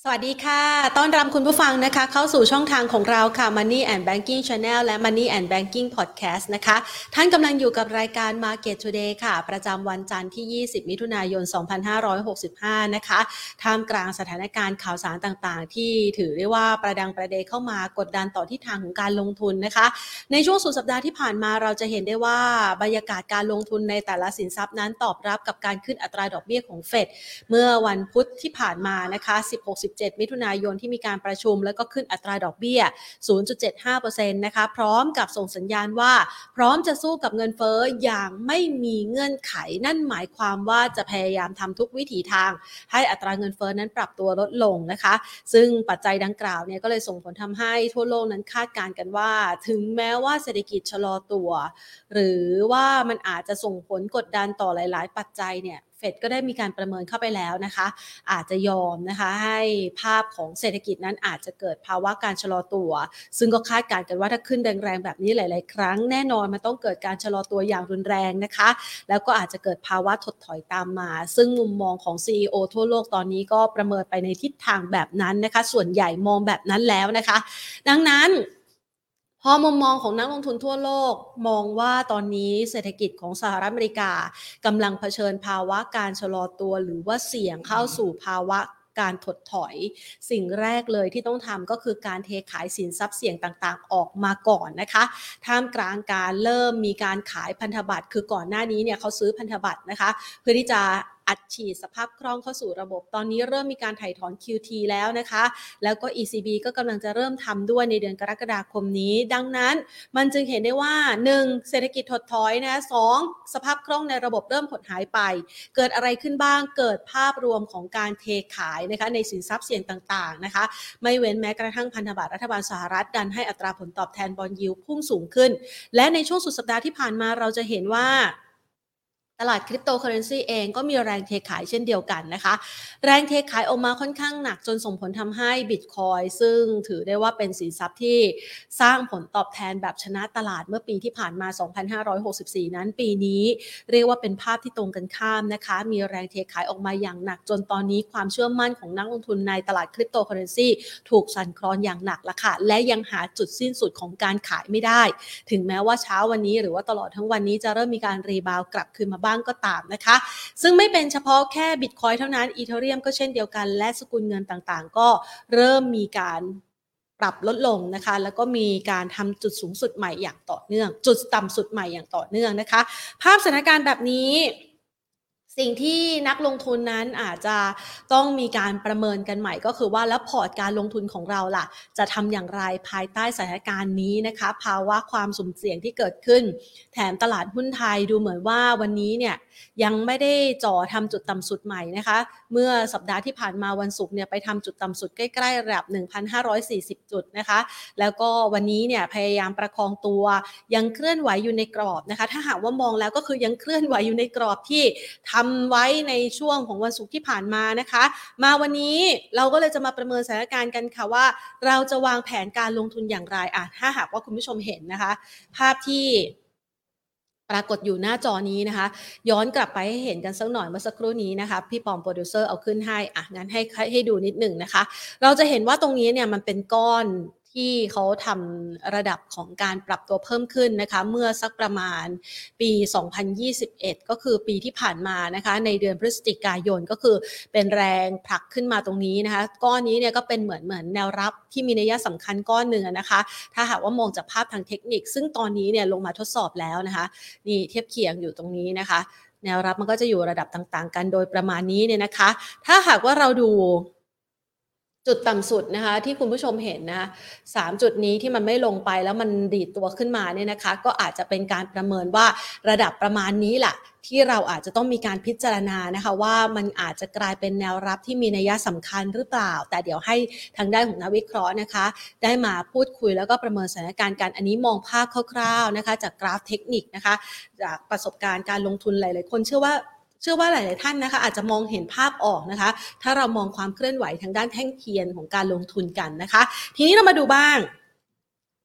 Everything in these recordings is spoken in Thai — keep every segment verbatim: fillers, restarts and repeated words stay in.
สวัสดีค่ะต้อนรับคุณผู้ฟังนะคะเข้าสู่ช่องทางของเราค่ะ Money and Banking Channel และ Money and Banking Podcast นะคะท่านกำลังอยู่กับรายการ Market Today ค่ะประจำวันจันทร์ที่ยี่สิบมิถุนายนสองพันห้าร้อยหกสิบห้านะคะท่ามกลางสถานการณ์ข่าวสารต่างๆที่ถือได้ว่าประดังประเดเข้ามากดดันต่อทิศทางของการลงทุนนะคะในช่วงสุดสัปดาห์ที่ผ่านมาเราจะเห็นได้ว่าบรรยากาศการลงทุนในแต่ละสินทรัพย์นั้นตอบรับกับการขึ้นอัตราดอกเบี้ยของเฟดเมื่อวันพุธที่ผ่านมานะคะสิบหก สิบเจ็ดมิถุนายนที่มีการประชุมแล้วก็ขึ้นอัตราดอกเบี้ย ศูนย์จุดเจ็ดห้าเปอร์เซ็นต์ นะคะพร้อมกับส่งสัญญาณว่าพร้อมจะสู้กับเงินเฟ้ออย่างไม่มีเงื่อนไขนั่นหมายความว่าจะพยายามทำทุกวิถีทางให้อัตราเงินเฟ้อนั้นปรับตัวลดลงนะคะซึ่งปัจจัยดังกล่าวเนี่ยก็เลยส่งผลทำให้ทั่วโลกนั้นคาดการณ์กันว่าถึงแม้ว่าเศรษฐกิจชะลอตัวหรือว่ามันอาจจะส่งผลกดดันต่อหลายๆปัจจัยเนี่ยเฟดก็ได้มีการประเมินเข้าไปแล้วนะคะอาจจะยอมนะคะให้ภาพของเศรษฐกิจนั้นอาจจะเกิดภาวะการชะลอตัวซึ่งก็คาดการณ์กันว่าถ้าขึ้นแรงๆแบบนี้หลายๆครั้งแน่นอนมันต้องเกิดการชะลอตัวอย่างรุนแรงนะคะแล้วก็อาจจะเกิดภาวะถดถอยตามมาซึ่งมุมมองของ ซี อี โอ ทั่วโลกตอนนี้ก็ประเมินไปในทิศทางแบบนั้นนะคะส่วนใหญ่มองแบบนั้นแล้วนะคะดังนั้นพอมุมมองของนักลงทุนทั่วโลกมองว่าตอนนี้เศรษฐกิจของสหรัฐอเมริกากำลังเผชิญภาวะการชะลอตัวหรือว่าเสี่ยงเข้าสู่ภาวะการถดถอยสิ่งแรกเลยที่ต้องทำก็คือการเทขายสินทรัพย์เสี่ยงต่างๆออกมาก่อนนะคะท่ามกลางการเริ่มมีการขายพันธบัตรคือก่อนหน้านี้เนี่ยเขาซื้อพันธบัตรนะคะเพื่อที่จะอัดฉีดสภาพคล่องเข้าสู่ระบบตอนนี้เริ่มมีการถ่ายถอน คิว ที แล้วนะคะแล้วก็ อี ซี บี ก็กำลังจะเริ่มทำด้วยในเดือนกรกฎาคมนี้ดังนั้นมันจึงเห็นได้ว่าหนึ่งเศรษฐกิจถดถอยนะสองสภาพคล่องในระบบเริ่มหดหายไปเกิดอะไรขึ้นบ้างเกิดภาพรวมของการเทขายนะคะในสินทรัพย์เสี่ยงต่างๆนะคะไม่เว้นแม้กระทั่งพันธบัตรรัฐบาลสหรัฐดันให้อัตราผลตอบแทนบอนด์ยิลด์พุ่งสูงขึ้นและในช่วงสุดสัปดาห์ที่ผ่านมาเราจะเห็นว่าตลาดคริปโตเคอเรนซีเองก็มีแรงเทขายเช่นเดียวกันนะคะแรงเทขายออกมาค่อนข้างหนักจนส่งผลทำให้บิตคอยน์ซึ่งถือได้ว่าเป็นสินทรัพย์ที่สร้างผลตอบแทนแบบชนะตลาดเมื่อปีที่ผ่านมาสองพันห้าร้อยหกสิบสี่นั้นปีนี้เรียกว่าเป็นภาพที่ตรงกันข้ามนะคะมีแรงเทขายออกมาอย่างหนักจนตอนนี้ความเชื่อมั่นของนักลงทุนในตลาดคริปโตเคอเรนซีถูกสั่นคลอนอย่างหนักละค่ะและยังหาจุดสิ้นสุดของการขายไม่ได้ถึงแม้ว่าเช้าวันนี้หรือว่าตลอดทั้งวันนี้จะเริ่มมีการรีบาวกลับคืนมาบ้างก็ตามนะคะซึ่งไม่เป็นเฉพาะแค่ Bitcoin เท่านั้นอีเธเรียมก็เช่นเดียวกันและสกุลเงินต่างๆก็เริ่มมีการปรับลดลงนะคะแล้วก็มีการทำจุดสูงสุดใหม่อย่างต่อเนื่องจุดต่ำสุดใหม่อย่างต่อเนื่องนะคะภาพสถานการณ์แบบนี้สิ่งที่นักลงทุนนั้นอาจจะต้องมีการประเมินกันใหม่ก็คือว่าแล้วพอร์ตการลงทุนของเราล่ะจะทำอย่างไรภายใต้สถานการณ์นี้นะคะภาวะความสุ่มเสี่ยงที่เกิดขึ้นแถมตลาดหุ้นไทยดูเหมือนว่าวันนี้เนี่ยยังไม่ได้จ่อทำจุดต่ำสุดใหม่นะคะเมื่อสัปดาห์ที่ผ่านมาวันศุกร์เนี่ยไปทำจุดต่ำสุดใกล้ๆระดับ หนึ่งพันห้าร้อยสี่สิบ จุดนะคะแล้วก็วันนี้เนี่ยพยายามประคองตัวยังเคลื่อนไหวอยู่ในกรอบนะคะถ้าหากว่ามองแล้วก็คือยังเคลื่อนไหวอยู่ในกรอบที่ทำไว้ในช่วงของวันศุกร์ที่ผ่านมานะคะมาวันนี้เราก็เลยจะมาประเมินสถานการณ์กันค่ะว่าเราจะวางแผนการลงทุนอย่างไรอ่ะถ้าหากว่าคุณผู้ชมเห็นนะคะภาพที่ปรากฏอยู่หน้าจอนี้นะคะย้อนกลับไปให้เห็นกันสักหน่อยเมื่อสักครู่นี้นะคะพี่ปอมโปรดิวเซอร์เอาขึ้นให้อ่ะงั้นให้ให้ดูนิดหนึ่งนะคะเราจะเห็นว่าตรงนี้เนี่ยมันเป็นก้อนที่เขาทำระดับของการปรับตัวเพิ่มขึ้นนะคะเมื่อสักประมาณปีสองพันยี่สิบเอ็ดก็คือปีที่ผ่านมานะคะในเดือนพฤศจิกายนก็คือเป็นแรงผลักขึ้นมาตรงนี้นะคะก้อนนี้เนี่ยก็เป็นเหมือนเหมือนแนวรับที่มีนัยสำคัญก้อนหนึ่งนะคะถ้าหากว่ามองจากภาพทางเทคนิคซึ่งตอนนี้เนี่ยลงมาทดสอบแล้วนะคะนี่เทียบเคียงอยู่ตรงนี้นะคะแนวรับมันก็จะอยู่ระดับต่างๆกันโดยประมาณนี้เนี่ยนะคะถ้าหากว่าเราดูจุดต่ำสุดนะคะที่คุณผู้ชมเห็นนะสามจุดนี้ที่มันไม่ลงไปแล้วมันดีดตัวขึ้นมาเนี่ยนะคะก็อาจจะเป็นการประเมินว่าระดับประมาณนี้แหละที่เราอาจจะต้องมีการพิจารณานะคะว่ามันอาจจะกลายเป็นแนวรับที่มีนัยสำคัญหรือเปล่าแต่เดี๋ยวให้ทางด้านของนักวิเคราะห์นะคะได้มาพูดคุยแล้วก็ประเมินสถานการณ์กันอันนี้มองภาพคร่าวๆนะคะจากกราฟเทคนิคนะคะจากประสบการณ์การลงทุนหลายๆคนเชื่อว่าเชื่อว่าหลายๆท่านนะคะอาจจะมองเห็นภาพออกนะคะถ้าเรามองความเคลื่อนไหวทางด้านแท่งเทียนของการลงทุนกันนะคะทีนี้เรามาดูบ้าง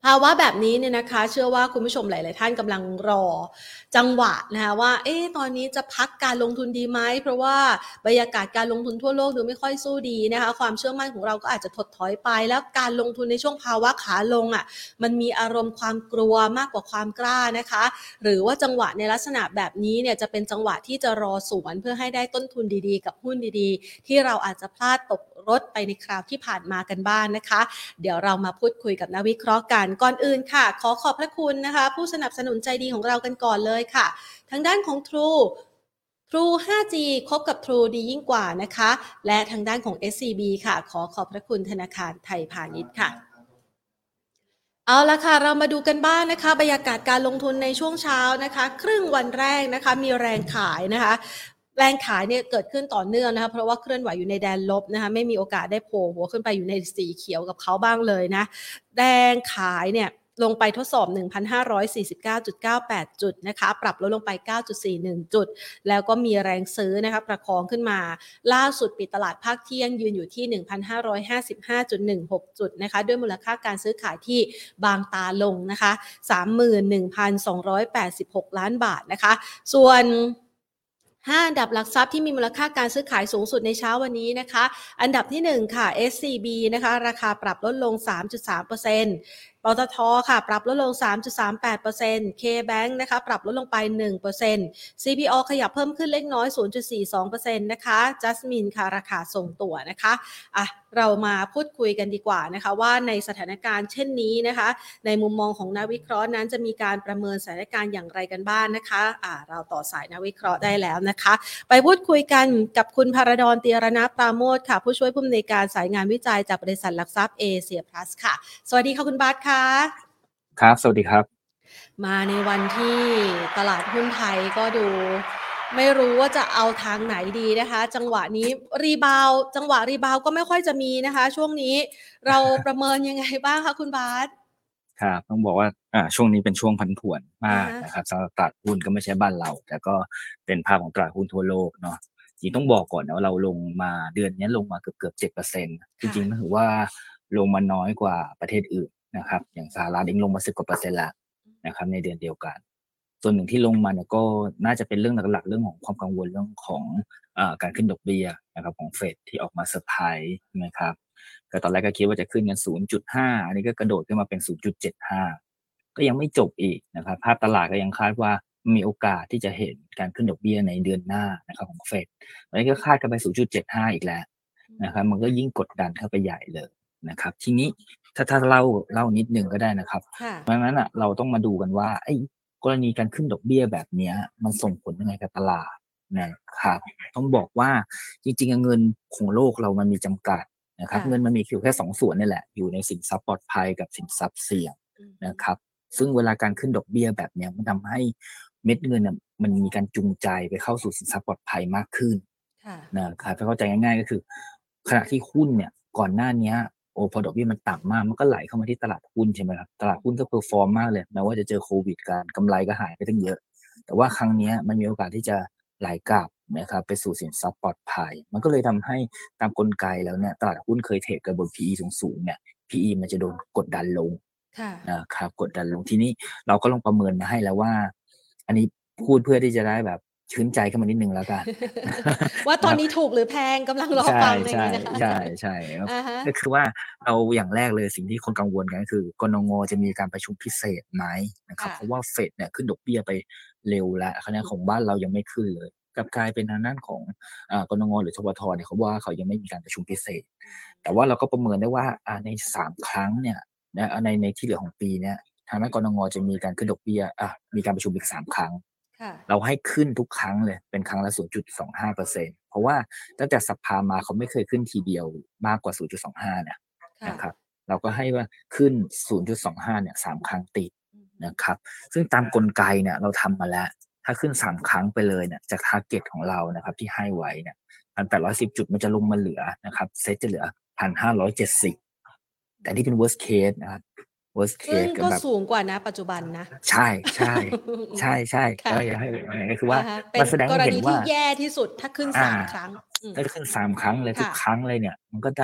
ภาวะแบบนี้เนี่ยนะคะเชื่อว่าคุณผู้ชมหลายๆท่านกำลังรอจังหวะนะคะว่าเอ๊ะตอนนี้จะพักการลงทุนดีไหมเพราะว่าบรรยากาศการลงทุนทั่วโลกดูไม่ค่อยสู้ดีนะคะความเชื่อมั่นของเราก็อาจจะถดถอยไปแล้วการลงทุนในช่วงภาวะขาลงอ่ะมันมีอารมณ์ความกลัวมากกว่าความกล้านะคะหรือว่าจังหวะในลักษณะแบบนี้เนี่ยจะเป็นจังหวะที่จะรอสวนเพื่อให้ได้ต้นทุนดีๆกับหุ้นดีๆที่เราอาจจะพลาดตกรถไปในคราวที่ผ่านมากันบ้างนะคะ เดี๋ยวเรามาพูดคุยกับนักวิเคราะห์กันก่อนอื่นค่ะขอขอบพระคุณนะคะผู้สนับสนุนใจดีของเรากันก่อนเลยค่ะทางด้านของ True True ไฟว์ จี คบกับ True ดียิ่งกว่านะคะและทางด้านของ เอส ซี บี ค่ะขอขอบพระคุณธนาคารไทยพาณิชย์ค่ะเอาละค่ะเรามาดูกันบ้างนะคะบรรยากาศการลงทุนในช่วงเช้านะคะครึ่งวันแรกนะคะมีแรงขายนะคะแรงขายเนี่ยเกิดขึ้นต่อเนื่องนะคะเพราะว่าเคลื่อนไหวอยู่ในแดนลบนะคะไม่มีโอกาสได้โผล่หัวขึ้นไปอยู่ในสีเขียวกับเขาบ้างเลยนะแรงขายเนี่ยลงไปทดสอบ หนึ่งพันห้าร้อยสี่สิบเก้าจุดเก้าแปด จุดนะคะปรับลดลงไป เก้าจุดสี่หนึ่ง จุดแล้วก็มีแรงซื้อนะคะประคองขึ้นมาล่าสุดปิดตลาดภาคเที่ยงยืนอยู่ที่ หนึ่งพันห้าร้อยห้าสิบห้าจุดหนึ่งหก จุดนะคะด้วยมูลค่าการซื้อขายที่บางตาลงนะคะ สามหมื่นหนึ่งพันสองร้อยแปดสิบหก ล้านบาทนะคะส่วนห้าอันดับหลักทรัพย์ที่มีมูลค่าการซื้อขายสูงสุดในเช้าวันนี้นะคะอันดับที่หนึ่งค่ะ เอส ซี บี นะคะราคาปรับลดลง สามจุดสามเปอร์เซ็นต์ ปตทค่ะปรับลดลง สามจุดสามแปดเปอร์เซ็นต์ K-Bank นะคะปรับลดลงไป หนึ่งเปอร์เซ็นต์ ซี พี โอ ขยับเพิ่มขึ้นเล็กน้อย ศูนย์จุดสี่สองเปอร์เซ็นต์ นะคะ Jasmine ค่ะราคาทรงตัวนะคะอ่ะเรามาพูดคุยกันดีกว่านะคะว่าในสถานการณ์เช่นนี้นะคะในมุมมองของนักวิเคราะห์นั้นจะมีการประเมินสถานการณ์อย่างไรกันบ้างนะคะอ่าเราต่อสายนักวิเคราะห์ได้แล้วนะคะไปพูดคุยกันกับคุณภารดรเตียรณปราโมทค่ะผู้ช่วยผู้อำนวยการสายงานวิจัยจากบริษัทหลักทรัพย์เอเชียพลัสค่ะสวัสดีค่ะคุณบาสค่ะครับสวัสดีครับมาในวันที่ตลาดหุ้นไทยก็ดูไม่รู้ว่าจะเอาทางไหนดีนะคะจังหวะนี้รีบาวจังหวะรีบาวก็ไม่ค่อยจะมีนะคะช่วงนี้เราประเมินยังไงบ้างคะคุณบาสครับต้องบอกว่าอ่าช่วงนี้เป็นช่วงผันผวนอ่ามากฮะนะครับสำหรับตลาดหุ้นก็ไม่ใช่บ้านเรา แต่ก็เป็นภาพของตลาดหุ้นทั่วโลกเนาะจริงต้องบอกก่อนนะว่าเราลงมาเดือนนี้ลงมาเกือบๆเจ็ดเปอร์เซ็นต์จค่ะริงๆถือว่าลงมาน้อยกว่าประเทศอื่นนะครับอย่างสหรัฐเองลงมาสิบกว่าเปอร์เซ็นต์แล้วนะครับในเดือนเดียวกันส่วนหนึ่งที่ลงมาเนี่ยก็น่าจะเป็นเรื่องหลักๆเรื่องของความกังวลเรื่องของอ่าการขึ้นดอกเบี้ยนะครับของเฟดที่ออกมาเซอร์ไพรส์นะครับก็ตอนแรกก็คิดว่าจะขึ้นกันศูนย์จุดห้าอันนี้ก็กระโดดขึ้นมาเป็นศูนย์จุดเจ็ดห้า ก็ยังไม่จบอีกนะครับภาพตลาดก็ยังคาดว่ามีโอกาสที่จะเห็นการขึ้นดอกเบี้ยในเดือนหน้านะครับของเฟดตอนนี้ก็คาดกันไป ศูนย์จุดเจ็ดห้า อีกแล้วนะครับมันก็ยิ่งกดดันเข้าไปใหญ่เลยนะครับทีนี้ถ้าถ้าเล่าเล่านิดนึงก็ได้นะครับค่ะเพราะฉะนั้นอ่ะเราต้องมาดูกันว่าไอ้กรณีการขึ้นดอกเบี้ยแบบเนี้ยมันส่งผลยังไงกับตลาดนะครับต้องบอกว่าจริงๆเงินของโลกเรามันมีจำกัดนะครับค่ะเงินมันมีอยู่แค่สองส่วนนี่แหละอยู่ในสินทรัพย์ปลอดภัยกับสินทรัพย์เสี่ยงอืมนะครับ ซึ่งเวลาการขึ้นดอกเบี้ยแบบเนี้ยมันทำให้เม็ดเงินน่ะมันมีการจูงใจไปเข้าสู่สินทรัพย์ปลอดภัยมากขึ้นค่ะนะครับถ้าเข้าใจง่ายๆก็คือขณะที่หุ้นเนี่ยก่อนหน้าเนี้ยโอ้พอดอกเบี้ยมันต่ำมากมันก็ไหลเข้ามาที่ตลาดหุ้นใช่ไหมครับตลาดหุ้นก็เพอร์ฟอร์มมากเลยแม้ว่าจะเจอโควิดกันกำไรก็หายไปตั้งเยอะแต่ว่าครั้งเนี้ยมันมีโอกาสที่จะไหลกลับนะครับไปสู่สินทรัพย์ปลอดภัยมันก็เลยทำให้ตามกลไกแล้วเนี่ยตลาดหุ้นเคยเทรดกันบน พี อี สูงๆเนี่ย พี อี มันจะโดนกดดันลงค่ะนะครับกดดันลงทีนี้เราก็ลองประเมินมาให้แล้วว่าอันนี้พูดเพื่อที่จะได้แบบชื้นใจขึ้นมานิดนึงแล้วกันว่าตอนนะครับนี้ถูกหรือแพงกำลังรอใช่ฟังอย่างใช่นี้นะคะใช่ใช่ครับอ่าฮะก็คือว่าเราอย่างแรกเลยสิ่งที่คนกังวลกันก็คือกนงจะมีการประชุมพิเศษไหมนะครับค่ะเพราะว่าเฟดเนี่ยขึ้นดอกเบี้ยไปเร็วแล้วคราวนี้ของบ้านเรายังไม่ขึ้นเลยกลับกลายเป็นทางด้านของอ่ากนงหรือธปทเนี่ยเขาว่าเขายังไม่มีการประชุมพิเศษแต่ว่าเราก็ประเมินได้ว่าอ่าในสามครั้งเนี่ยนะในในที่เหลือของปีเนี่ยทางด้านกนงจะมีการขึ้นดอกเบี้ยอ่ะมีการประชุมอีกสามครั้งค่ะเราให้ขึ้นทุกครั้งเลยเป็นครั้งละ ศูนย์จุดสองห้าเปอร์เซ็นต์ เพราะว่าตั้งแต่สภามาเขาไม่เคยขึ้นทีเดียวมากกว่า ศูนย์จุดสองห้า เนี่ยค่ะนะครับเราก็ให้ว่าขึ้น ศูนย์จุดสองห้า เนี่ยสามครั้งติดอืมนะครับซึ่งตามกลไกเนี่ยเราทำมาแล้วถ้าขึ้นสามครั้งไปเลยเนี่ยจาก target ของเรานะครับที่ให้ไว้เนี่ยหนึ่งพันแปดร้อยสิบจุดมันจะลงมาเหลือนะครับเซตจะเหลือ หนึ่งพันห้าร้อยเจ็ดสิบ แต่นี่เป็น worst case นะครับ worst ซึ่ง case ก็ก็แบบสูงกว่าณปัจจุบันนะใช่ๆใช่ๆก็ค่ะอยากให้ก็คือว่าอะฮะเป็นมันแสดงกรณีที่ให้เห็นว่าแย่ที่สุดถ้าขึ้นอาสามครั้งอืมก็จะขึ้นสามครั้งเลยทุกค่ะครั้งเลยเนี่ยมันก็ได้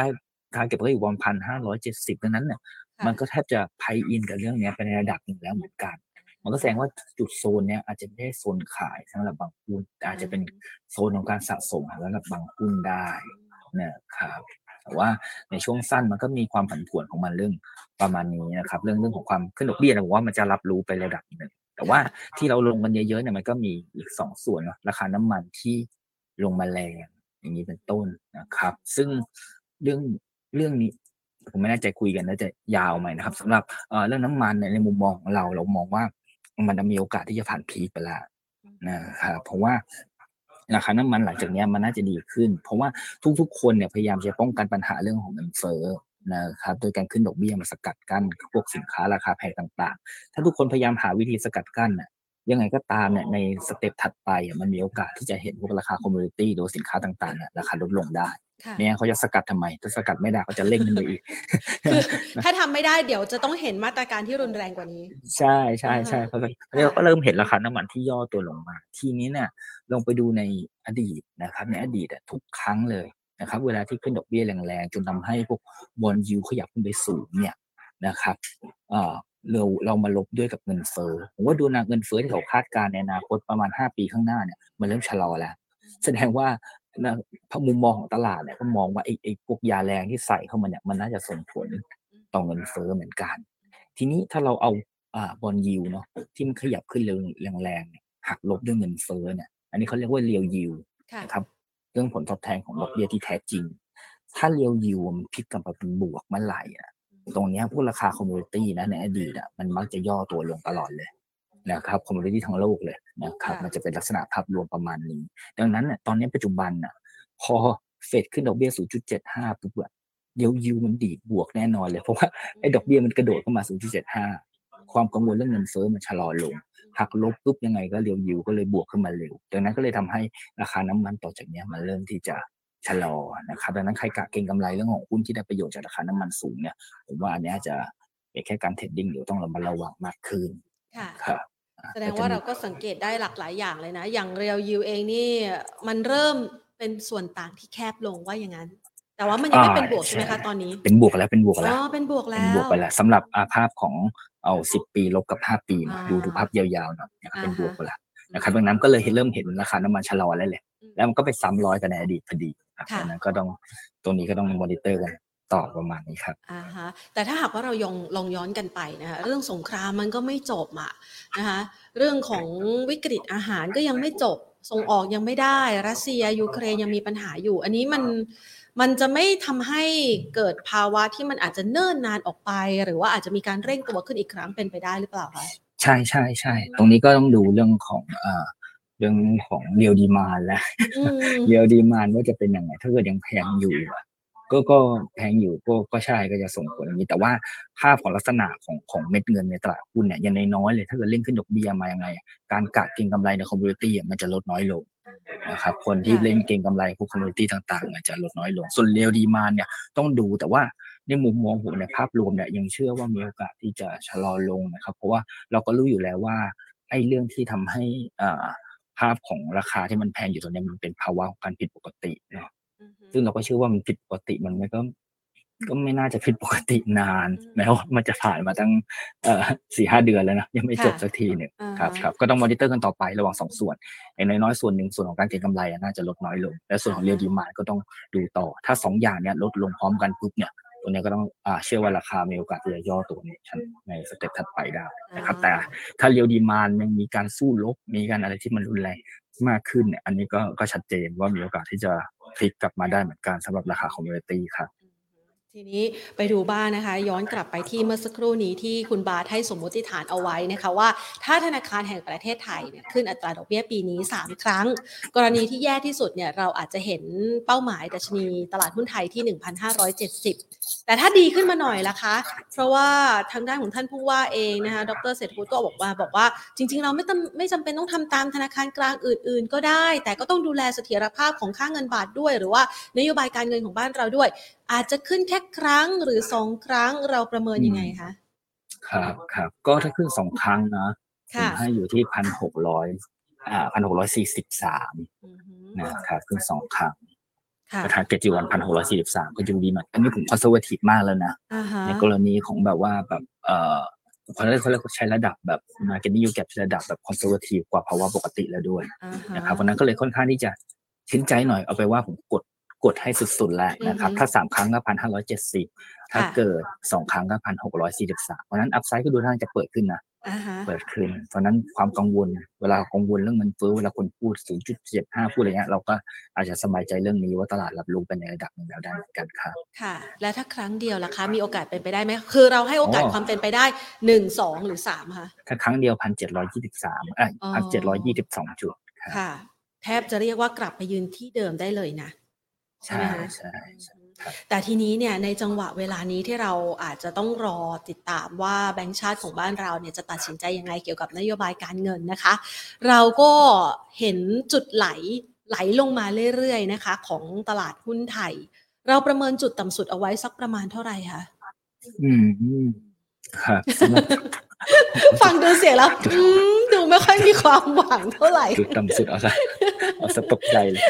target ก็อยู่ประมาณ หนึ่งพันห้าร้อยเจ็ดสิบ ดังนั้นเนี่ยมันก็แทบจะไพอินกับเรื่องนี้ไปในระดับหนึ่งแล้วเหมือนกันมันก็แสดงว่าจุดโซนเนี้ยอาจจะไม่ได้โซนขายสำหรับบางหุ้นแต่อาจจะเป็นโซนของการสะสมสำหรับบางหุ้นได้นะครับแต่ว่าในช่วงสั้นมันก็มีความผันผวนของมันเรื่องประมาณนี้นะครับเรื่องเรื่องของความขึ้นดอกเบี้ยนะผมว่ามันจะรับรู้ไประดับหนึ่งแต่ว่าที่เราลงกันเยอะๆเนี่ยมันก็มีอีกสองส่วนเนาะราคาน้ำมันที่ลงมาแรงอย่างนี้เป็นต้นนะครับซึ่งเรื่องเรื่องนี้ผมไม่แน่ใจคุยกันน่าจะยาวไหมนะครับสำหรับเอ่อเรื่องน้ำมันในในมุมมองของเราเรามองว่ามันมีโอกาสที่จะผ่านพีคไปแล้วนะครับเพราะว่าราคาน้ำมันหลังจากนี้มันน่าจะดีขึ้นเพราะว่าทุกๆคนเนี่ยพยายามจะป้องกันปัญหาเรื่องของเงินเฟ้อนะครับโดยการขึ้นดอกเบี้ยมาสกัดกั้นพวกสินค้าราคาแพงต่างๆถ้าทุกคนพยายามหาวิธีสกัดกั้นน่ะยังไงก็ตามเนี่ยในสเต็ปถัดไปมันมีโอกาสที่จะเห็นพวกราคาคอมมูนิตี้หรือสินค้าต่างๆเนี่ยราคาลดลงได้เนี่ยเขาจะสกัดทำไมถ้าสกัดไม่ได้เขาจะเร่งขึ้นไปอีกคือถ้าทำไม่ได้เดี๋ยวจะต้องเห็นมาตรการที่รุนแรงกว่านี้ใช่ใช่ใช่เพราะเราก็เริ่มเห็นราคาน้ำมันที่ย่อตัวลงมาทีนี้เนี่ยลองไปดูในอดีตนะครับในอดีตทุกครั้งเลยนะครับเวลาที่ขึ้นดอกเบี้ยแรงๆจนทำให้พวกบอนด์ยิลด์ขยับขึ้นไปสูงเนี่ยนะครับเอ่อเราเรามาลบด้วยกับเงินเฟ้อผมว่าดูนะเงินเฟ้อที่เขาคาดการณ์ในอนาคตประมาณห้าปีข้างหน้าเนี่ยมันเริ่มชะลอแล้วแสดงว่านะมุมมองของตลาดเนี่ยก็มองว่าไอ้ไอ้พวกยาแรงที่ใส่เข้ามาเนี่ยมันน่าจะส่งผลต่อเงินเฟ้อเหมือนกันทีนี้ถ้าเราเอาอ่าบอนด์ยิลด์เนาะที่มันขยับขึ้นเร็วแรงๆเนี่ยหักลบด้วยเงินเฟ้อเนี่ยอันนี้เขาเรียกว่า real yield นะครับเรื่องผลตอบแทนของดอกเบี้ยที่แท้จริงถ้า real yield มันพลิกกลับมาเป็นบวกเมื่อไหร่อะตรงนี้พวกราคาคอมมูนิตี้นะในอดีตอ่ะมันมักจะย่อตัวลงตลอดเลยนะครับคอมมูนิตี้ทั้งโลกเลยนะครับมันจะเป็นลักษณะภาพรวมประมาณนี้ดังนั้นเนี่ยตอนนี้ปัจจุบันน่ะพอเฟดขึ้นดอกเบี้ย ศูนย์จุดเจ็ดห้า ปุ๊บอะเดี๋ยวยิวมันดีดบวกแน่นอนเลยเพราะว่าไอ้ดอกเบี้ยมันกระโดดเข้ามา ศูนย์จุดเจ็ดห้า ความกังวลเรื่องเงินเฟ้อมันชะลอลงหักลบปุ๊บยังไงก็เรียวยิวก็เลยบวกขึ้นมาเร็วดังนั้นก็เลยทำให้ราคาน้ำมันต่อจากนี้มันเริ่มที่จะชะลอนะครับดังนั้นใครกะเก็งกำไรเรื่องของหุ้นที่ได้ประโยชน์จากราคาน้ำมันสูงเนี่ยผมว่าอันนี้จะเป็นแค่การเทรดดิ้งเดี๋ยวต้องระมัดระวังมากขึ้นค่ะแสดงว่าเราก็สังเกตได้หลากหลายอย่างเลยนะอย่างเรียวยิวเองนี่มันเริ่มเป็นส่วนต่างที่แคบลงว่าอย่างนั้นแต่ว่ามันยังไม่เป็นบวกใช่ไหมคะตอนนี้เป็นบวกแล้วเป็นบวกแล้วอ๋อเป็นบวกแล้วเป็นบวกไปแล้วสำหรับภาพของเอาสิบปีลบกับห้าปีดูดูภาพยาวๆหน่อยเป็นบวกไปแล้วนะครับดังนั้นก็เลยเริ่มเห็นราคาน้ำมันชะลอแล้วแหละแล้วมันก็ไปซ้ำรอยกันในอดีตพอดีดังนั้นก็ต้องตัวนี้ก็ต้องมอนิเตอร์กันต่อประมาณนี้ครับอ่าฮะแต่ถ้าหากว่าเรายองลองย้อนกันไปนะคะเรื่องสงครามมันก็ไม่จบอ่ะนะคะเรื่องของวิกฤตอาหารก็ยังไม่จบส่งออกยังไม่ได้รัสเซียยูเครนยังมีปัญหาอยู่อันนี้มันมันจะไม่ทำให้เกิดภาวะที่มันอาจจะเนิ่นนานออกไปหรือว่าอาจจะมีการเร่งตัวขึ้นอีกครั้งเป็นไปได้หรือเปล่าคะใช่ใช่ใช่ตรงนี้ก็ต้องดูเรื่องของเอ่อเรื่องของเรียลดีมานด์และเรียลดีมานด์ว่าจะเป็นยังไงถ้าเกิดยังแพงอยู่ก็ก็แพงอยู่ก็ก็ใช่ก็จะส่งผลอย่างนี้แต่ว่าภาพของลักษณะของของเม็ดเงินในตลาดหุ้นเนี่ยยังน้อยเลยถ้าเกิดเล่นขึ้นดอกเบี้ยมายังไงการกะเก็งกำไรในคอมมูนิตี้มันจะลดน้อยลงนะครับคนที่เล่นเก็งกำไรพวกคอมมูนิตี้ต่างๆมันจะลดน้อยลงส่วนเรียลดีมานด์เนี่ยต้องดูแต่ว่าในมุมมองผมในภาพรวมเนี่ยยังเชื่อว่ามีโอกาสที่จะชะลอลงนะครับเพราะว่าเราก็รู้อยู่แล้วว่าไอ้เรื่องที่ทำให้อ่าภาพของราคาที่มันแพงอยู่ตรงนี้มันเป็นภาวะของการผิดปกติเนาะซึ่งเราก็เชื่อว่ามันผิดปกติมันไม่ก็ก็ไม่น่าจะผิดปกตินานแม้ว่ามันจะผ่านมาตั้งเอ่อ สี่ห้า เดือนแล้วนะยังไม่จบสักทีนึงครับครับก็ต้องมอนิเตอร์กันต่อไประหว่างสองส่วนอย่างน้อยๆส่วนหนึ่งส่วนของการเก็งกำไรน่าจะลดน้อยลงและส่วนของเรียลดีมานด์ก็ต้องดูต่อถ้าสองอย่างเนี้ยลดลงพร้อมกันปุ๊บเนี่ยตัวนี้ก็ต้องอ่าเชื่อว่าราคามีโอกาสที่จะย่อตัวในชั้นในสเต็ปถัดไปได้นะครับแต่ถ้าเรียลดีมานด์ยังมีการสู้รบมีการอะไรที่มันรุนแรงมากขึ้นเนี่ยอันนี้ก็ก็ชัดเจนว่ามีโอกาสที่จะพลิกกลับมาได้เหมือนกันสำหรับราคาคอมมูนิตี้ครับทีนี้ไปดูบ้านนะคะย้อนกลับไปที่เมื่อสักครู่นี้ที่คุณบาทให้สมมติฐานเอาไว้นะคะว่าถ้าธนาคารแห่งประเทศไทยเนี่ยขึ้นอัตราดอกเบี้ยปีนี้สามครั้งกรณีที่แย่ที่สุดเนี่ยเราอาจจะเห็นเป้าหมายดัชนีตลาดหุ้นไทยที่ หนึ่งพันห้าร้อยเจ็ดสิบ แต่ถ้าดีขึ้นมาหน่อยล่ะคะเพราะว่าทางด้านของท่านผู้ว่าเองนะคะดร.เศรษฐวุฒิก็บอกว่าบอกว่าจริงๆเราไม่ต้องไม่จำเป็นต้องทำตามธนาคารกลางอื่นๆก็ได้แต่ก็ต้องดูแลเสถียรภาพของค่าเงินบาทด้วยหรือว่านโยบายการเงินของบ้านเราด้วยอาจจะขึ้นแค่ครั้งหรือสองครั้งเราประเมินยังไงคะครับครับก็ถ้าขึ้นสองครั้งนะผมให้อยู่ที่ หนึ่งพันหกร้อย อ่า หนึ่งพันหกร้อยสี่สิบสาม นะครับขึ้นสองครั้งค่ะประธานเกจิวันพันหกร้อยสี่สิบสามก็จะดีหน่อยอันนี้ผมคอนเซอร์เวทีฟมากแล้วนะอ่าฮะในกรณีของแบบว่าแบบเอ่อเขาเรียกเขาเรียกใช้ระดับแบบ market นิยมแก็ระดับแบบคอนเซอร์เวทีฟกว่าภาวะปกติแล้วด้วยอ่าฮะนะครับวันนั้นก็เลยค่อนข้างที่จะชื่นใจหน่อยเอาไปว่าผมกดกดให้สุดๆแล้วนะครับถ้าสามครั้งก็พันห้าร้อยเจ็ดสิบถ้าเกิดสองครั้งก็พันหกร้อยสี่สิบสามเพราะนั้นอัพไซด์ก็ดูท่างจะเปิดขึ้นนะอ่าฮะเปิดขึ้นเพราะนั้นความกังวลเวลากังวลเรื่องเงินเฟ้อเวลาคนพูด ศูนย์จุดเจ็ดห้า พูดอะไรเงี้ยเราก็อาจจะสบายใจเรื่องนี้ว่าตลาดรับรู้เป็นในระดับหนึ่งแล้วได้เหมือนกันครับค่ะและถ้าครั้งเดียวล่ะคะมีโอกาสเป็นไปได้ไหมคือเราให้โอกาสความเป็นไปได้หนึ่ง สองหรือสามคะถ้าครั้งเดียวพันเจ็ดร้อยยี่สิบสามเอ้ยพันเจ็ดร้อยยี่สิบสองจุดค่ะแทบจะเรียกว่ากลับไปยืนที่เดิมได้เลยนะใช่ไหมคะใช่ใช่แต่ทีนี้เนี่ยในจังหวะเวลานี้ที่เราอาจจะต้องรอติดตามว่าแบงก์ชาติของบ้านเราเนี่ยจะตัดสินใจยังไงเกี่ยวกับนโยบายการเงินนะคะเราก็เห็นจุดไหลไหลลงมาเรื่อยๆนะคะของตลาดหุ้นไทยเราประเมินจุดต่ำสุดเอาไว้สักประมาณเท่าไหร่คะอืมครับฟังดูเสียงแล้วดูไม่ค่อยมีความหวังเท่าไหร่จุดต่ำสุดเอาซะเอาซะตกใจเลย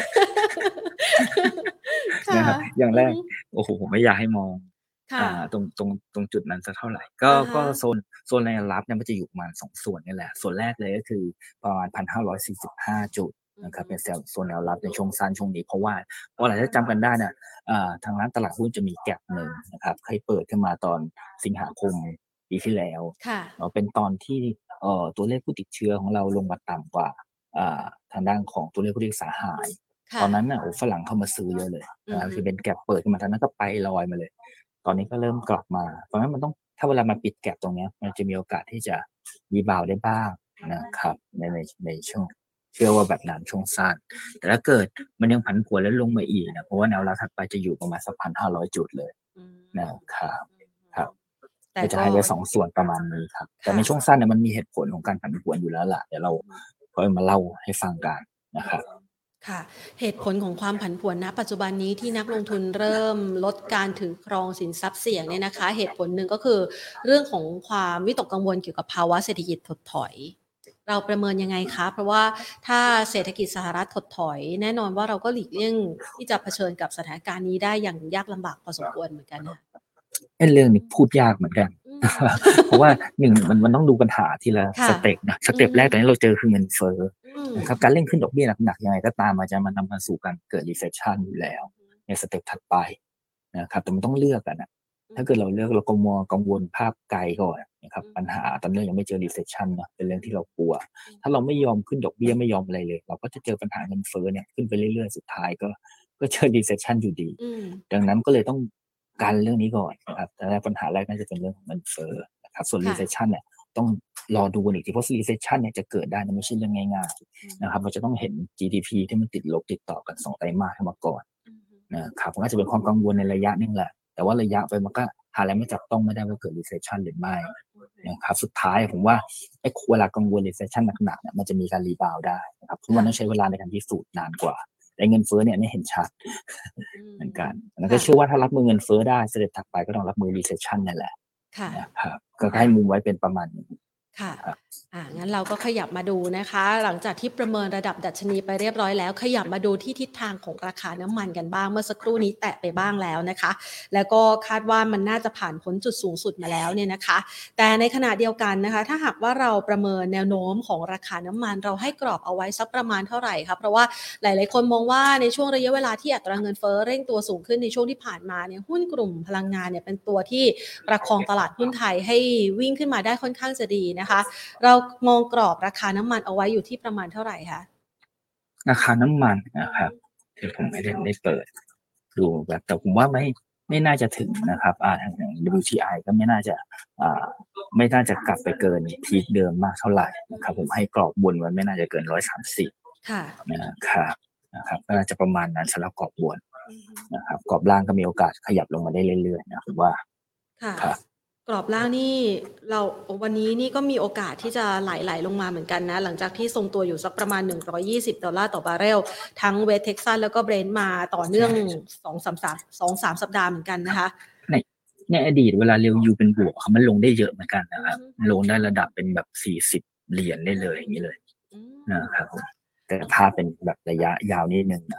นะครับอย่างแรกโอ้โหผมไม่อยากให้มองอ่าตรงตรงตรงจุดนั้นสักเท่าไหร่ก็ก็โซนโซนแนวรับเนี่ยมันจะอยู่ประมาณสองส่วนนี่แหละส่วนแรกเลยก็คือประมาณ หนึ่งพันห้าร้อยสี่สิบห้า จุดนะครับเป็นโซนแนวรับในช่วงสั้นช่วงนี้เพราะว่าเพราะอะไรถ้าจำกันได้เนี่ยทางร้านตลาดหุ้นจะมีแก็ปหนึ่งนะครับเคยเปิดขึ้นมาตอนสิงหาคมปีที่แล้วเนาะเป็นตอนที่เอ่อตัวเลขผู้ติดเชื้อของเราลงมาต่ำกว่าทางด้านของตัวเลขผู้รักษาหายตอนนั้นน่ะโอ้ฝรั่งเข้ามาซื้อเยอะเลยนะคือเป็นแก็ปเปิดขึ้นมาทางนั้นก็ไปลอยมาเลยตอนนี้ก็เริ่มกลับมาเพราะฉะนั้นมันต้องถ้าเวลามาปิดแก็ปตรงนี้มันจะมีโอกาสที่จะรีบาวได้บ้างนะครับในในในช่วงเชื่อว่าแบบนั้นช่วงสั้นแต่ถ้าเกิดมันยังผันผวนแล้วลงมาอีกนะเพราะว่าแนวรับถัดไปจะอยู่ประมาณสักพันห้าร้อยจุดเลยนะครับครับก็จะให้ได้สองส่วนประมาณนี้ครับแต่ในช่วงสั้นเนี่ยมันมีเหตุผลของการผันผวนอยู่แล้วล่ะเดี๋ยวเราค่อยมาเล่าให้ฟังกันนะครับค่ะเหตุผลของความผันผวนณปัจจุบันนี้ที่นักลงทุนเริ่มลดการถือครองสินทรัพย์เสี่ยงเนี่ยนะคะเหตุผลหนึ่งก็คือเรื่องของความวิตกกังวลเกี่ยวกับภาวะเศรษฐกิจถดถอยเราประเมินยังไงคะเพราะว่าถ้าเศรษฐกิจสหรัฐถดถอยแน่นอนว่าเราก็หลีกเลี่ยงที่จะเผชิญกับสถานการณ์นี้ได้อย่างยากลำบากพอสมควรเหมือนกันค่ะเรื่องนี้พูดยากเหมือนกันเพราะว่าหนึ่งมันมันต้องดูปัญหาทีละสเต็ปนะสเต็ปแรกตอนนี้เราเจอคือเงินเฟ้อนะครับการเร่งขึ้นดอกเบี้ยหนักๆยังไงก็ตามมันจะมานำมาสู่การเกิด recession อยู่แล้วในสเต็ปถัดไปนะครับแต่มันต้องเลือกกันนะถ้าเกิดเราเลือกเราก็มัวกังวลภาพไกลก่อนนะครับปัญหาตอนนี้ยังไม่เจอ recession นะเป็นเรื่องที่เรากลัวถ้าเราไม่ยอมขึ้นดอกเบี้ยไม่ยอมอะไรเลยเราก็จะเจอปัญหาเงินเฟ้อเนี่ยขึ้นไปเรื่อยๆสุดท้ายก็ก็เจอ recession อยู่ดีดังนั้นก็เลยต้องการเรื่องนี้ก่อนนะครับแต่ปัญหาแรกน่าจะเป็นเรื่องของเงินเฟ้อนะครับส่วน recession เนี่ยต้องรอดูกันอีกทีเพราะ recession เนี่ยจะเกิดได้ไม่ใช่เรื่องง่ายๆนะครับเราจะต้องเห็น จี ดี พี ที่มันติดลบติดต่อกันสองไตรมาสเข้ามาก่อนนะครับมันก็จะเป็นความกังวลในระยะนึงแหละแต่ว่าระยะไปมันก็หาอะไรไม่จับต้องไม่ได้ว่าเกิด recession หรือไม่นะครับสุดท้ายผมว่าไอ้เวลากังวล recession หนักๆเนี่ยมันจะมีการรีบาวได้นะครับเพราะมันต้องใช้เวลาในการพิสูจน์นานกว่าแต่เงินเฟ้อเนี่ยไม่เห็นชัดเหมือนกันแล้วก็เชื่อว่าถ้ารับมือเงินเฟ้อได้สเต็ปถัดไปก็ต้องรับมือ recession นั่นแหละนะครับก็ให้มุมไว้เป็นประมาณนี้ค่ะอ่างั้นเราก็ขยับมาดูนะคะหลังจากที่ประเมินระดับดัชนีไปเรียบร้อยแล้วขยับมาดูที่ทิศทางของราคาน้ำมันกันบ้างเมื่อสักครู่นี้แตะไปบ้างแล้วนะคะแล้วก็คาดว่ามันน่าจะผ่านพ้นจุดสูงสุดมาแล้วเนี่ยนะคะแต่ในขณะเดียวกันนะคะถ้าหากว่าเราประเมินแนวโน้มของราคาน้ำมันเราให้กรอบเอาไว้สักประมาณเท่าไหร่คะเพราะว่าหลายๆคนมองว่าในช่วงระยะเวลาที่อัตราเงินเฟ้อเร่งตัวสูงขึ้นในช่วงที่ผ่านมาเนี่ยหุ้นกลุ่มพลังงานเนี่ยเป็นตัวที่ประคองตลาดหุ้นไทยให้วิ่งขึ้นมาได้ค่อนข้างจะดีนะคะเรามองกรอบราคาน้ำมันเอาไว้อยู่ที่ประมาณเท่าไหร่คะราคาน้ำมันนะครับเดี๋ยวผมไม่ได้ได้เปิดดูแบบแต่ผมว่าไม่ไม่น่าจะถึงนะครับอ่าอย่าง ดับเบิลยู ที ไอ ก็ไม่น่าจะอ่าไม่น่าจะกลับไปเกินพีคเดิมมากเท่าไหร่นะครับผมให้กรอบบนไว้ไม่น่าจะเกินหนึ่งร้อยสามสิบค่ะนะครับนะครับก็น่าจะประมาณนั้นสำหรับกรอบบนนะครับกรอบล่างก็มีโอกาสขยับลงมาได้เรื่อยๆนะผมว่าค่ะกรอบล่างนี่เราวันนี้นี่ก็มีโอกาสที่จะไหลๆลงมาเหมือนกันนะหลังจากที่ทรงตัวอยู่สักประมาณหนึ่งร้อยยี่สิบดอลลาร์ต่อบาร์เรลทั้งเวสต์เท็กซัสแล้วก็เบรนท์มาต่อเนื่อง สองถึงสาม สอง สาม สัปดาห์เหมือนกันนะคะในในอดีตเวลาเร็วยูเป็นบวกมันลงได้เยอะเหมือนกันนะครับลงได้ระดับเป็นแบบสี่สิบเหรียญได้เลยอย่างนี้เลยนะครับแต่ถ้าเป็นแบบระยะยาวนิดนึงนะ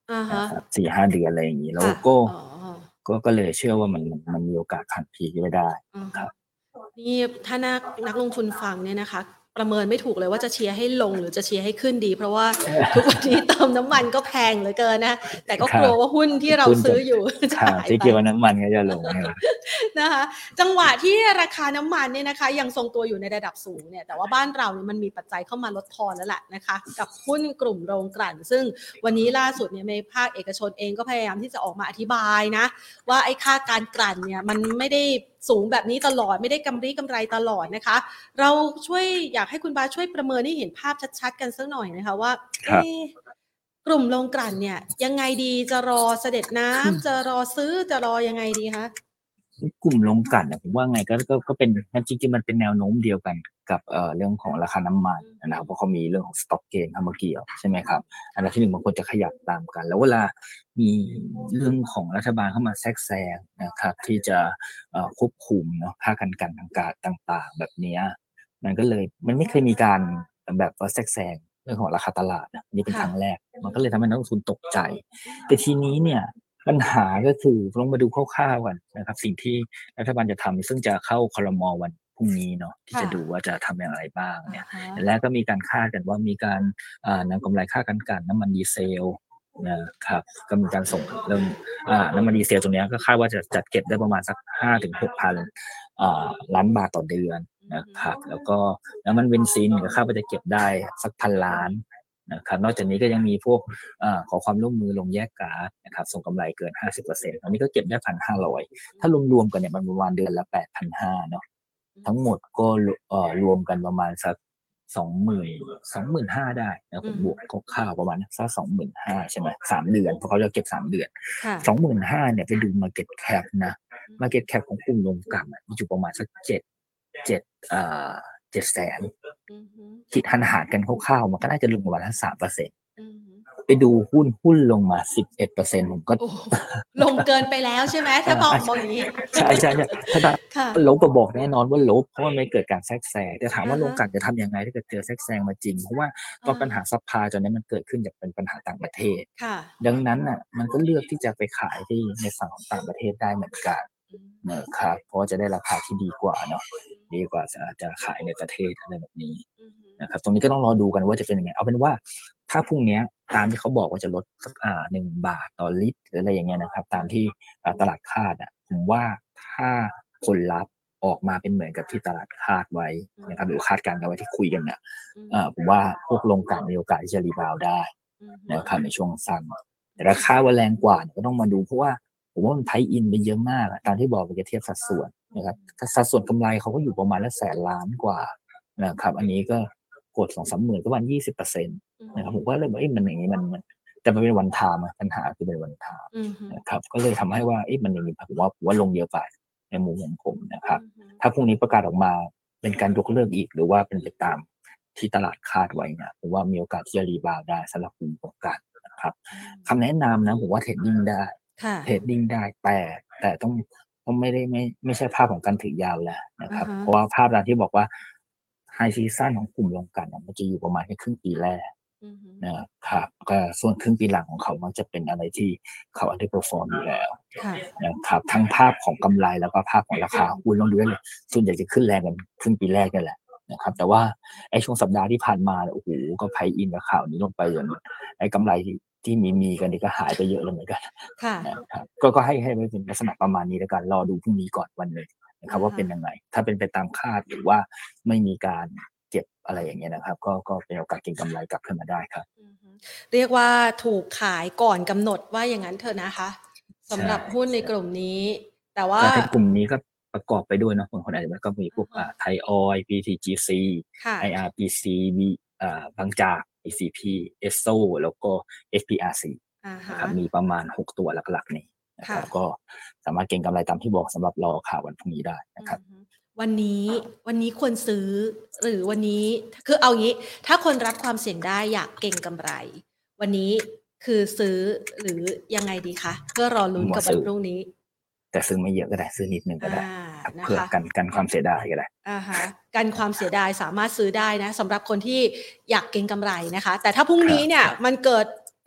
อะฮะนะครับ สี่ห้า เดือนอะไรอย่างงี้แล้วค่ะก็อ๋อก็ก็เลยเชื่อว่ามันมันมันมีโอกาสผันพีคไปได้อือฮึครับนี่ถ้านักนักลงทุนฟังเนี่ยนะคะประเมินไม่ถูกเลยว่าจะเชียร์ให้ลงหรือจะเชียร์ให้ขึ้นดีเพราะว่าทุกวันนี้เติมน้ำมันก็แพงเหลือเกินนะแต่ก็ครับกลัวว่าหุ้นที่เราหุ้นจะซื้ออยู่จะครับหายไปเจ๊เกียวว่าน้ำมันก็จะลงใช่ไหมนะคะจังหวะที่ราคาน้ำมันเนี่ยนะคะยังทรงตัวอยู่ในระดับสูงเนี่ยแต่ว่าบ้านเราเนี่ยมันมีปัจจัยเข้ามาลดทอนแล้วแหละนะคะกับหุ้นกลุ่มโรงกลั่นซึ่งวันนี้ล่าสุดเนี่ยในภาคเอกชนเองก็พยายามที่จะออกมาอธิบายนะว่าไอ้ค่าการกลั่นเนี่ยมันไม่ได้สูงแบบนี้ตลอดไม่ได้กำไรกำไรตลอดนะคะเราช่วยอยากให้คุณบาช่วยประเมินให้เห็นภาพชัดๆกันสักหน่อยนะคะว่าครับเอ๊ะกลุ่มโรงกลั่นเนี่ยยังไงดีจะรอเสด็จน้ำจะรอซื้อจะรอยังไงดีคะกลุ่มโรงกลั่นเนี่ยผมว่าไงก็ก็ก็เป็นมันจริงๆมันเป็นแนวโน้มเดียวกันกับเอ่อเรื่องของราคาน้ำมันนะครับเพราะเขามีเรื่องของ stock gain เข้ามาเกี่ยวใช่ไหมครับอันดับที่หนึ่งบางคนจะขยับตามกันแล้วเวลามีเรื่องของรัฐบาลเข้ามาแทรกแซงนะครับที่จะเอ่อควบคุมเนาะค่ากันกันทางการต่างๆแบบเนี้ยมันก็เลยมันไม่เคยมีการแบบว่าแทรกแซงเรื่องของราคาตลาดนะนี่เป็นครั้งแรกมันก็เลยทำให้นักลงทุนตกใจแต่ทีนี้เนี่ยปัญหาก็คือลองมาดูคร่าวๆกันนะครับสิ่งที่รัฐบาลจะทำซึ่งจะเข้าครมวันพรุ่งนี้เนาะที่จะดูว่าจะทำอย่างไรบ้างเนี่ยแรกก็มีการคาดกันว่ามีการอ่านำกำไรค่ากันกันน้ำมันดีเซลนะครับก็มีการส่งเริ่มอ่าน้ำมันดีเซลตรงนี้ก็คาดว่าจะจัดเก็บได้ประมาณสักห้าถึงหกพันอ่าล้านบาทต่อเดือนนะครับแล้วก็น้ำมันเบนซินก็คาดว่าจะเก็บได้สักพันล้านนะครับนอกจากนี้ก็ยังมีพวกอขอความร่วมมือลงแยกก๊าซนะครับส่งกำไรเกิน ห้าสิบเปอร์เซ็นต์ อันนี้ก็เก็บได้ หนึ่งพันห้าร้อย ถ้ารวมๆกันเนี่ยมันประมาณเดือนละ แปดพันห้าร้อย เนาะทั้งหมดก็เอ่อรวมกันประมาณสัก สองหมื่น สองหมื่นห้าพัน ได้นะผมบวกคร่าวๆประมาณสัก สองหมื่นห้าพัน ใช่ไหมสามเดือนเพราะเขาจะเก็บสามเดือน สองหมื่นห้าพัน เนี่ยไปดู market cap นะ market cap ของกลุ่มโรงกลั่นมีอยู่ประมาณสักเจ็ด เจ็ดเอ่อเจ็ดแสนคิดหันหารกันคร่าวๆมันก็น่าจะลงประมาณสัก สามเปอร์เซ็นต์ ไปดูหุ้นหุ้นลงมา สิบเอ็ดเปอร์เซ็นต์ ผมก็ลงเกินไปแล้วใช่ไหมถ้าบอกมองอย่างนี้ใช่ใช่ใช่ถ้าลบก็บอกแน่นอนว่าลบเพราะมันไม่เกิดการแทรกแซงแต่ถามว่าโรงกลั่นจะทำยังไงถ้าเกิดเจอแทรกแซงมาจริงเพราะว่าตอนปัญหาซัพพลายตอนนี้มันเกิดขึ้นจากเป็นปัญหาต่างประเทศดังนั้นน่ะมันก็เลือกที่จะไปขายที่ในฝั่งของต่างประเทศได้เหมือนกันนะครับเพราะจะได้ราคาที่ดีกว่าเนาะดีกว่าจะขายในประเทศอะไรแบบนี้นะครับตรงนี้ก็ต้องรอดูกันว่าจะเป็นยังไงเอาเป็นว่าถ้าพรุ่งนี้ตามที่เขาบอกว่าจะลดสักอ่าหนึ่งบาทต่อลิตรหรืออะไรอย่างเงี้ยนะครับตามที่ตลาดคาดอ่ะผมว่าถ้าผลลัพธ์ออกมาเป็นเหมือนกับที่ตลาดคาดไว้นะครับหรือคาดการณ์กันไว้ที่คุยกันเนี่ยผมว่าพวกโรงกลั่นมีโอกาสที่จะรีบาวได้นะครับในช่วงสั้นแต่ราคาว่าแรงกว่าก็ต้องมาดูเพราะว่าผมว่ามันไพอินไปเยอะมากตามที่บอกไปจะเทียบสัดส่วนนะครับสัดส่วนกำไรเขาก็อยู่ประมาณละแสนล้านกว่านะครับอันนี้ก็กดสองสามหมื่นก็ประมาณยี่สิบเปอร์เซ็นต์นะครับผมก็เลยบอกเอ้ยมันอย่างนี้มันมันแต่มันเป็นวันทามปัญหาคือเป็นวันทามนะครับก็เลยทำให้ว่าเอ้ยมันอย่างนี้ผมว่าผมว่าลงเยอะไปในมุมของผมนะครับถ้าพรุ่งนี้ประกาศออกมาเป็นการยกเลิกอีกหรือว่าเป็นไปตามที่ตลาดคาดไว้เนี่ยผมว่ามีโอกาสที่จะรีบาวได้สำหรับกลุ่มโรงกลั่นนะครับคำแนะนำนะผมว่าเทรดดิ้งได้เทรดดิ้งได้แต่แต่ต้องต้องไม่ได้ไม่ไม่ใช่ภาพของการถือยาวแล้วนะครับเพราะว่าภาพตามที่บอกว่าไฮซีซั่นของกลุ่มโรงกลั่นมันจะอยู่ประมาณแค่ครึ่งปีแรกนะครับก็ส่วนครึ่งปีหลังของเขามันจะเป็นอะไรที่เขาอันดับเปอร์ฟอร์มอยู่แล้วนะครับทั้งภาพของกำไรแล้วก็ภาพของราคาหุ้นลองดูได้เลยส่วนใหญ่จะขึ้นแรงกันครึ่งปีแรกนั่นแหละนะครับแต่ว่าไอ้ช่วงสัปดาห์ที่ผ่านมาโอ้โหก็ไพอินกับข่าวนี้ลงไปจนไอ้กำไรที่มีมีกันนี่ก็หายไปเยอะเลยเหมือนกันนะครับก็ก็ให้ให้เป็นลักษณะประมาณนี้แล้วกันรอดูพรุ่งนี้ก่อนวันนึงนะครับว่าเป็นยังไงถ้าเป็นไปตามคาดหรือว่าไม่มีการเก็บอะไรอย่างเงี้ยนะครับก็ก็เป็นโอกาสเก็งกำไรกลับขึ้นมาได้ครับเรียกว่าถูกขายก่อนกำหนดว่าอย่างนั้นเถอะนะคะสำหรับหุ้นในกลุ่มนี้แต่ว่าในกลุ่มนี้ก็ประกอบไปด้วยนะบางคนอาจจะก็มีพวกไทยออยล์ พี ที จี ซี ไอ อาร์ พี ซี มีบางจาก อี ซี พี เอส โอ แล้วก็ เอฟ พี อาร์ ซี นะครับมีประมาณหกตัวหลักๆนี้นะครับก็สามารถเก็งกำไรตามที่บอกสำหรับรอข่าววันพรุ่งนี้ได้นะครับวันนี้วันนี้ควรซื้อหรือวันนี้คือเอางี้ถ้าคนรับความเสี่ยงได้อยากเก็งกำไรวันนี้คือซื้อหรือยังไงดีคะเพื่อรอลุ้นกับวันพรุ่งนี้แต่ซื้อไม่เยอะก็ได้ซื้อนิดนึงก็ได้เพื่อกันกันความเสียดายก็ได้อ่าฮะกันความเสียดายสามารถซื้อได้นะสำหรับคนที่อยากเก็งกำไรนะคะแต่ถ้าพรุ่งนี้เนี่ยมันเกิดไป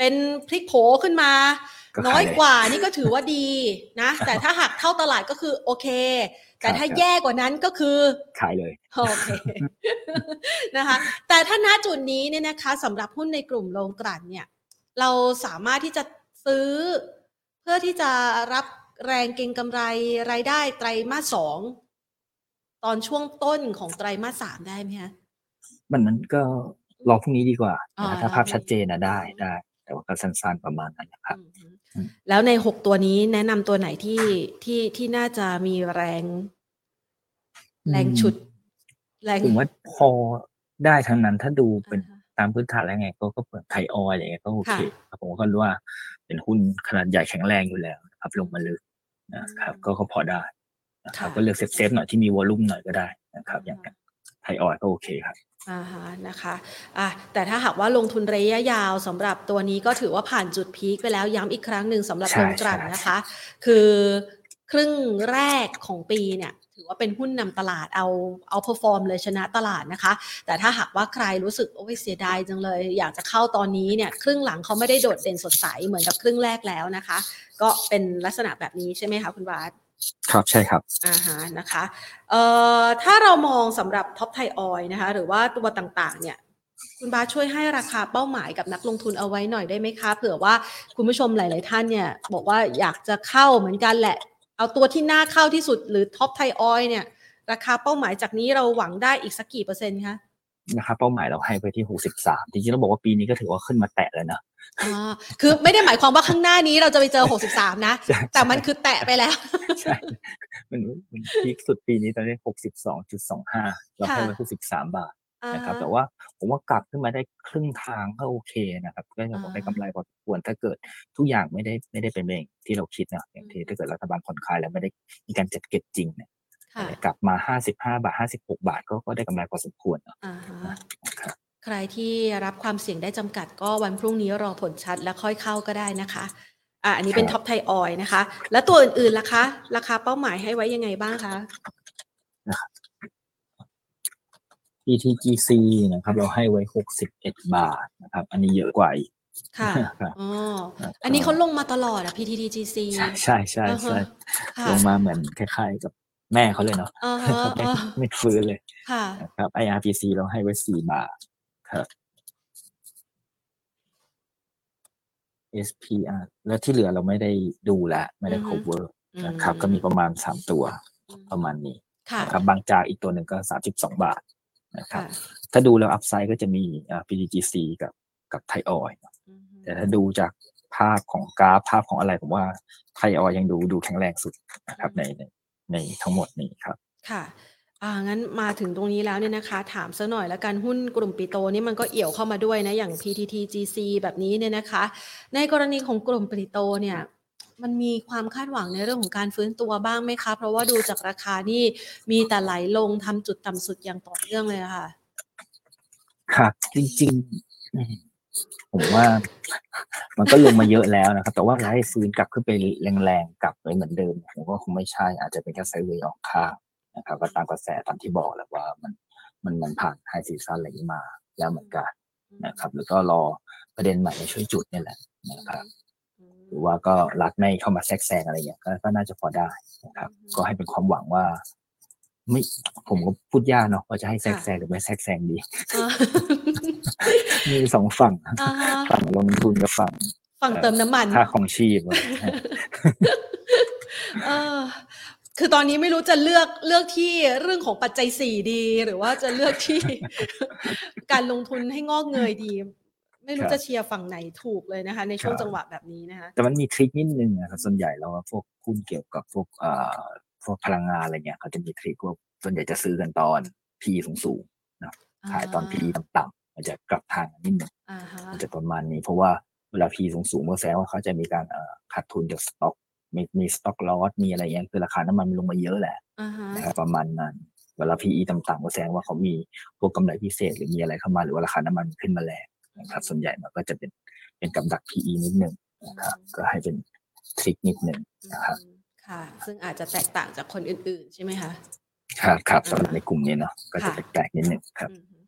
เป็นพลิกโผขึ้นมาน้อยกว่านี่ก็ถือว่าดีนะแต่ถ้าหักเท่าตลาดก็คือโอเคแต่ถ้าแย่กว่านั้นก็คือขายเลยโอเคนะคะแต่ถ้าณจุดนี้เนี่ยนะคะสำหรับหุ้นในกลุ่มโรงกลั่นเนี่ยเราสามารถที่จะซื้อเพื่อที่จะรับแรงเก็งกำไรรายได้ไตรมาสสองตอนช่วงต้นของไตรมาสสามได้ไหมคะมันนั้นก็รอพรุ่งนี้ดีกว่าถ้าภาพชัดเจนนะได้ได้แต่ว่าก็สั้นๆประมาณนั้นนะครับแล้วในหกตัวนี้แนะนำตัวไหนที่ที่ที่น่าจะมีแรงแรงฉุดแรงผมว่าพอได้ทั้งนั้นถ้าดูเป็นตามพื้นฐานแล้วไงก็ก็เปิดไทยออยล์อะไรเงี้ยก็โอเคผมก็รู้ว่าเป็นหุ้นขนาดใหญ่แข็งแรงอยู่แล้วครับลงมาลึกนะครับก็ก็พอได้นะครับก็เลือกเซฟๆหน่อยที่มีวอลลุ่มหน่อยก็ได้นะครับอย่างไทยออยล์ก็โอเคครับอ่าฮะนะคะอ่ะแต่ถ้าหากว่าลงทุนระยะยาวสำหรับตัวนี้ก็ถือว่าผ่านจุดพีคไปแล้วย้ำอีกครั้งหนึ่งสำหรับโรงกลั่นนะคะคือครึ่งแรกของปีเนี่ยถือว่าเป็นหุ้นนำตลาดเอาเอาเพอร์ฟอร์มเลยชนะตลาดนะคะแต่ถ้าหากว่าใครรู้สึกโอ้ยเสียดายจังเลยอยากจะเข้าตอนนี้เนี่ยครึ่งหลังเขาไม่ได้โดดเด่นสดใสเหมือนกับครึ่งแรกแล้วนะคะก็เป็นลักษณะแบบนี้ใช่ไหมคะคุณบาสครับใช่ครับอ่าฮะนะคะเอ่อถ้าเรามองสำหรับท็อปไทยออยล์นะคะหรือว่าตัวต่างๆเนี่ยคุณบาสช่วยให้ราคาเป้าหมายกับนักลงทุนเอาไว้หน่อยได้ไหมคะเผื่อว่าคุณผู้ชมหลายๆท่านเนี่ยบอกว่าอยากจะเข้าเหมือนกันแหละเอาตัวที่น่าเข้าที่สุดหรือท็อปไทยออยล์เนี่ยราคาเป้าหมายจากนี้เราหวังได้อีกสักกี่เปอร์เซ็นต์คะนะครับเป้าหมายเราให้ไปที่หกสิบสามจริงๆเราบอกว่าปีนี้ก็ถือว่าขึ้นมาแตะแล้วนะอ๋อคือไม่ได้หมายความว่าข้างหน้านี้เราจะไปเจอหกสิบสามนะแต่มันคือแตะไปแล้วใช่มันมันพีคสุดปีนี้ตอนนี้ หกสิบสองจุดสองห้า เราให้ไว้หกสิบสามบาทนะครับแต่ว่าผมว่ากลับขึ้นมาได้ครึ่งทางก็โอเคนะครับก็จะบอกได้กำไรพอสมควรถ้าเกิดทุกอย่างไม่ได้ไม่ได้เป็นเองที่เราคิดนะอย่างที่ถ้าเกิดรัฐบาลผ่อนคลายแล้วไม่ได้มีการจัดเก็บจริงเนี่ยกลับมาห้าสิบห้าบาทห้าสิบหกบาทก็ก็ได้กำไรพอสมควรนะใครที่รับความเสี่ยงได้จำกัดก็วันพรุ่งนี้รอผลชัดแล้วค่อยเข้าก็ได้นะคะอ่ะอันนี้เป็นท็อปไทยออยล์นะคะแล้วตัวอื่นๆล่ะคะราคาเป้าหมายให้ไว้ยังไงบ้างคะพี ที จี ซี นะครับเราให้ไว้หกสิบเอ็ดบาทนะครับอันนี้เยอะกว่าอีกค่ะอ๋ออันนี้เขาลงมาตลอดอ่ะ พี ที จี ซีใช่ใช่ใช่ใช่ลงมาเหมือนคล้ายๆกับแม่เขาเลยเนาะไม่ฟื้นเลยครับ ไอ อาร์ พี ซี เราให้ไว้สี่บาทครับ เอส พี อาร์ แล้วที่เหลือเราไม่ได้ดูแลไม่ได้ cover นะครับก็มีประมาณสามตัวประมาณนี้นะครับบางจากอีกตัวหนึ่งก็สามสิบสองบาทนะครับถ้าดูแล้วอัพไซด์ก็จะมี พี ที จี ซี กับกับไทยออยล์แต่ถ้าดูจากภาพของกราฟภาพของอะไรผมว่าไทยออยล์ยังดูดูแข็งแรงสุดนะครับในในในทั้งหมดนี้ครับค่ะอ่างั้นมาถึงตรงนี้แล้วเนี่ยนะคะถามซะหน่อยแล้วกันหุ้นกลุ่มปิโตนี่มันก็เอี่ยวเข้ามาด้วยนะอย่าง พี ที ที จี ซี แบบนี้เนี่ยนะคะในกรณีของกลุ่มปิโตเนี่ยมันมีความคาดหวังในเรื่องของการฟื้นตัวบ้างไหมคะเพราะว่าดูจากราคานี่มีแต่ไหลลงทำจุดต่ำสุดอย่างต่อเนื่องเลยค่ะครับจริงๆผมว่ามันก็ลงมาเยอะแล้วนะครับแต่ว่าจะให้ฟื้นกลับขึ้นไปแรงๆกลับไปเหมือนเดิมผมว่าคงไม่ใช่อาจจะเป็นแค่ไซด์เวย์ออกข้างนะครับก็ตามกระแสตามที่บอกแหละว่ามันมันมันผ่านไฮซีซั่นอะไรนี้มาแล้วเหมือนกันนะครับแล้วก็รอประเด็นใหม่ในช่วยจุดนี่แหละนะครับหรือว่าก็รัฐไม่เข้ามาแทรกแซงอะไรอย่างเงี้ยก็น่าจะพอได้นะครับก็ให้เป็นความหวังว่าไม่ผมก็พูดยากเนาะว่าจะให้แทรกแซงหรือไม่แทรกแซงดีมีสองฝั่งฝั่งลงทุนกับฝั่งฝั่งเติมน้ำมันค่าของชีพเออคือตอนนี้ไม่รู้จะเลือกเลือกที่เรื่องของปัจจัยสี่ดีหรือว่าจะเลือกที่การลงทุนให้งอกเงยดีไม่รู้จะเชียร์ฝั่งไหนถูกเลยนะคะในช่วงจังหวะแบบนี้นะคะแต่มันมีทริคนิดนึงนะครับส่วนใหญ่แล้วพวกหุ้นเกี่ยวกับพวกเอ่อพวกพลังงานอะไรเงี้ยเขาจะมีทริคว่าส่วนใหญ่จะซื้อกันตอน พี สูงๆนะขายตอน พี ต่ำๆมันจะกลับทางนิดนึงมันจะประมาณนี้เพราะว่าเวลา พี สูงๆก็แสดงว่าเขาจะมีการขาดทุนจากสต็อกมีมีสต็อกลอสมีอะไรเงี้ยคือราคาน้ำมันมันลงมาเยอะแหละนะครับประมาณนั้นเวลา พี ต่ำๆก็แสดงว่าเขามีพวกกำไรพิเศษหรือมีอะไรเข้ามาหรือว่าราคาน้ำมันขึ้นมาแรงนะครับส่วนใหญ่มันก็จะเป็นเป็นกับดัก พี อี นิดนึงนะครับก็ให้เป็นทริคนิดนึงนะครับค่ะซึ่งอาจจะแตกต่างจากคนอื่นๆใช่ไหมคะครับครับสำหรับในกลุ่มนี้เนาะก็จะแปลกๆนิดนึงครับ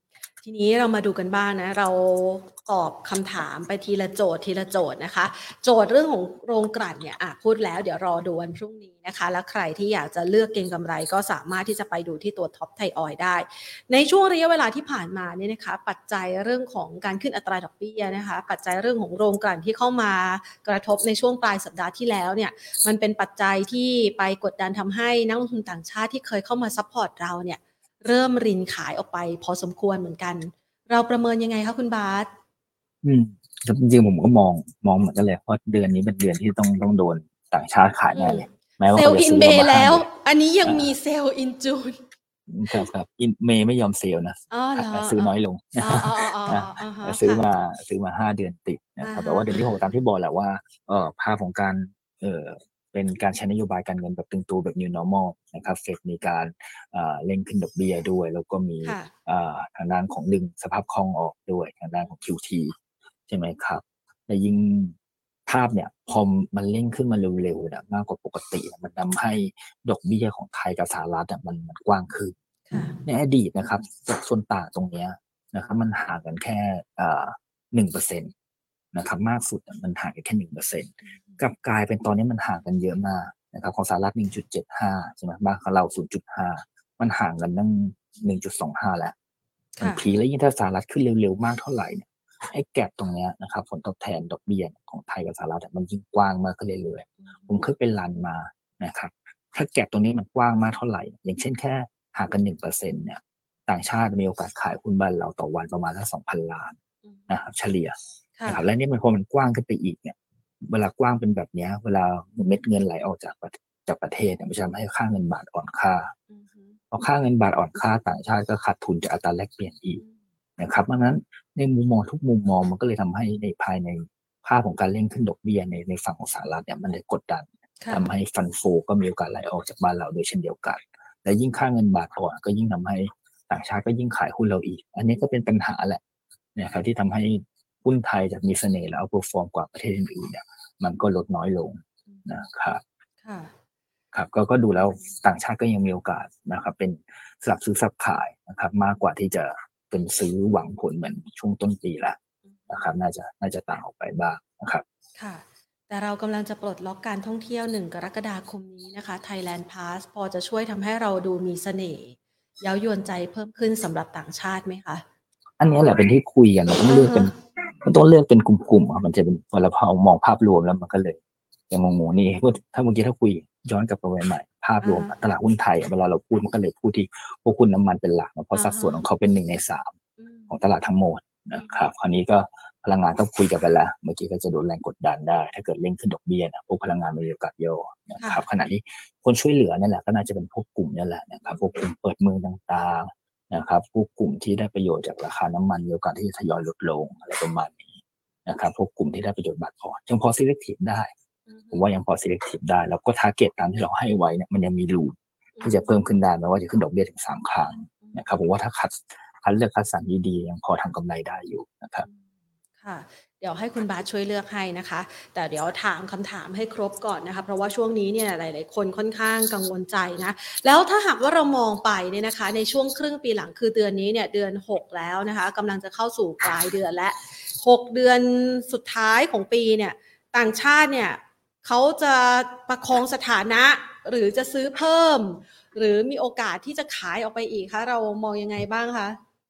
ทีนี้เรามาดูกันบ้างนะเราตอบคำถามไปทีละโจทย์ทีละโจทย์นะคะโจทย์เรื่องของโรงกลั่นเนี่ยอ่ะพูดแล้วเดี๋ยวรอดูวันพรุ่งนี้นะคะแล้วใครที่อยากจะเลือกเก็งกำไรก็สามารถที่จะไปดูที่ตัวท็อปไทยออยล์ได้ในช่วงระยะเวลาที่ผ่านมาเนี่ยนะคะปัจจัยเรื่องของการขึ้นอัตราดอกเบี้ยนะคะปัจจัยเรื่องของโรงกลั่นที่เข้ามากระทบในช่วงปลายสัปดาห์ที่แล้วเนี่ยมันเป็นปัจจัยที่ไปกดดันทำให้นักลงทุนต่างชาติที่เคยเข้ามาซัพพอร์ตเราเนี่ยเริ่มรินขายออกไปพอสมควรเหมือนกันเราประเมินยังไงคะคุณบาสอืมจริงๆผมก็มองมองเหมือนกันเลยเพราะเดือนนี้เป็นเดือนที่ต้องต้องโดนต่างชาติขายแน่เลยแม้ว่าเขาจะซื้อเรามาแล้วห้าเดือนอันนี้ยังมีเซลล์อินจูนครับครับอินเมย์ไม่ยอมเซลล์นะอ๋อเหรอซื้อน้อยลงอ๋ออ๋ออ๋ออ๋อฮะซื้อมาค่ะซื้อมาห้าเดือนติดนะอ่าครับแต่ว่าเดือนฮะที่หกตามที่บอกแหละว่าเอ่อภาพของการเอ่อเป็นการใช้นโยบายการเงินแบบตึงตัวแบบ New Normal นะครับเฟดมีการเอ่อเร่งขึ้นดอกเบี้ยด้วยแล้วก็มีค่ะเอ่อทางด้านของดึงสภาพคล่องออกด้วยทางด้านของ คิว ที ใช่ไหมครับแต่ยิ่งภาพเนี่ยพอมันเร่งขึ้นมาเร็วๆเนี่ยมากกว่าปกติมันทำให้ดอกเบี้ยของไทยกับสหรัฐอ่ะมันมันกว้างขึ้นค่ะในอดีตนะครับส่วนต่างตรงเนี้ยนะครับมันห่างกันแค่อ่าหนึ่งเปอร์เซ็นต์นะครับมากสุดมันห่างกันแค่หนึ่งเปอร์เซ็นต์กลับกลายเป็นตอนนี้มันห่างกันเยอะมากนะครับของสหรัฐหนึ่งจุดเจ็ดห้าใช่ไหมบ้านของเราศูนย์จุดห้ามันห่างกันตั้งหนึ่งจุดสองห้าแล้วมันค่ะพีแล้วยิ่งถ้าสหรัฐขึ้นเร็วๆมากเท่าไหร่เนี่ยไอ้แก็บตรงเนี้ยนะครับผลตอบแทนดอกเบี้ยของไทยกับสหรัฐมันยิ่งกว้างมากขึ้นเรื่อยๆผมเคยไปรันมานะครับถ้าแก็บตรงนี้มันกว้างมากเท่าไหร่อย่างเช่นแค่ห่างกันหนึ่งเปอร์เซ็นต์เนี่ยต่างชาติมีโอกาสขายหุ้นบ้านเราต่อวันประมาณสักสองพันล้านนะครับเฉลี่ยนะครับและนี่มันพอมันกว้างขึ้นไปอีกเนี่ยเวลากว้างเป็นแบบนี้เวลาเม็ดเงินไหลออกจากจากประเทศเนี่ยมันจะทำให้ค่าเงินบาทอ่อนค่าพอค่าเงินบาทอ่อนค่าต่างชาติก็ขาดทุนจากอัตราแลกเปลี่ยนอีกนะครับเพราะนั้นในมุมมองทุกมุมมองมันก็เลยทำให้ในภายในภาพของการเร่งขึ้นดอกเบี้ยในในฝั่งของสหรัฐเนี่ยมันเลยกดดันทำให้ฟันโฟก็มีโอกาสไหลออกจากบ้านเราโดยเช่นเดียวกันและยิ่งค่าเงินบาทอ่อนก็ยิ่งทำให้ต่างชาติก็ยิ่งขายหุ้นเราอีกอันนี้ก็เป็นปัญหาแหละนะครับที่ทำให้หุ้นไทยจากมีเสน่ห์และเอาเปอร์ฟอร์มกว่าประเทศอื่นๆเนี่ยมันก็ลดน้อยลงนะครับครับก็ก็ดูแล้วต่างชาติก็ยังมีโอกาสนะครับเป็นสลับซื้อสลับขายนะครับมากกว่าที่จะเป็นซื้อหวังผลเหมือนช่วงต้นปีละนะครับน่าจะน่าจะต่างออกไปบ้างนะครับค่ะแต่เรากำลังจะปลดล็อกการท่องเที่ยวหนึ่งกรกฎาคมนี้นะคะ Thailand Pass พอจะช่วยทำให้เราดูมีเสน่ห์เย้ายวนใจเพิ่มขึ้นสำหรับต่างชาติไหมคะอันนี้แหละเป็นที่คุยกันมันต้องเลือกเป็นมันต้องเลือกเป็นกลุ่มๆครับมันจะเป็นเวลาพอมองภาพรวมแล้วมันก็เลยอย่างงงๆนี่ถ้าเมื่อกี้ถ้าคุยย้อนกลับไปใหม่ภาพรวมตลาดหุ้นไทยเวลาเราพูดมันก็เลยพูดที่พวกหุ้นน้ำมันเป็นหลักเพราะสัดส่วนของเขาเป็นหนึ่งในสามของตลาดทั้งหมดนะครับคราวนี้ก็พลังงานต้องคุยกันไปแล้วเมื่อกี้ก็จะโดนแรงกดดันได้ถ้าเกิดเร่งขึ้นดอกเบี้ยนะพวกพลังงานมีโอกาสโยนะครับขณะนี้คนช่วยเหลือนี่แหละก็น่าจะเป็นพวกกลุ่มนี่แหละนะครับพวกกลุ่มเปิดเมืองต่างๆนะครับพวกกลุ่มที่ได้ประโยชน์จากราคาน้ำมันมีโอกาสที่จะทยอยลดลงอะไรประมาณนี้นะครับพวกกลุ่มที่ได้ประโยชน์บาทอ่อนยังพอ selective ได้ผมว่ายังพอ selective ได้แล้วก็ target ตามที่เราให้ไว้เนี่ยมันยังมีรูที่จะเพิ่มขึ้นได้แม้ว่าจะขึ้นดอกเบี้ยถึงสามครั้งนะครับผมว่าถ้าคัดคัดเลือกคัดสรรดีๆยังพอทำกำไรได้อยู่นะครับค่ะเดี๋ยวให้คุณบาสช่วยเลือกให้นะคะแต่เดี๋ยวถามคำถามให้ครบก่อนนะคะเพราะว่าช่วงนี้เนี่ยหลายๆคนค่อนข้างกังวลใจนะแล้วถ้าหากว่าเรามองไปเนี่ยนะคะในช่วงครึ่งปีหลังคือเดือนนี้เนี่ยเดือนหกแล้วนะคะกำลังจะเข้าสู่ปลายเดือนและหกเดือนสุดท้ายของปีเนี่ยต่างชาติเนี่ยเขาจะประคองสถานะหรือจะซื้อเพิ่มหรือมีโอกาสที่จะขายออกไปอีกคะเรามองยังไงบ้างคะ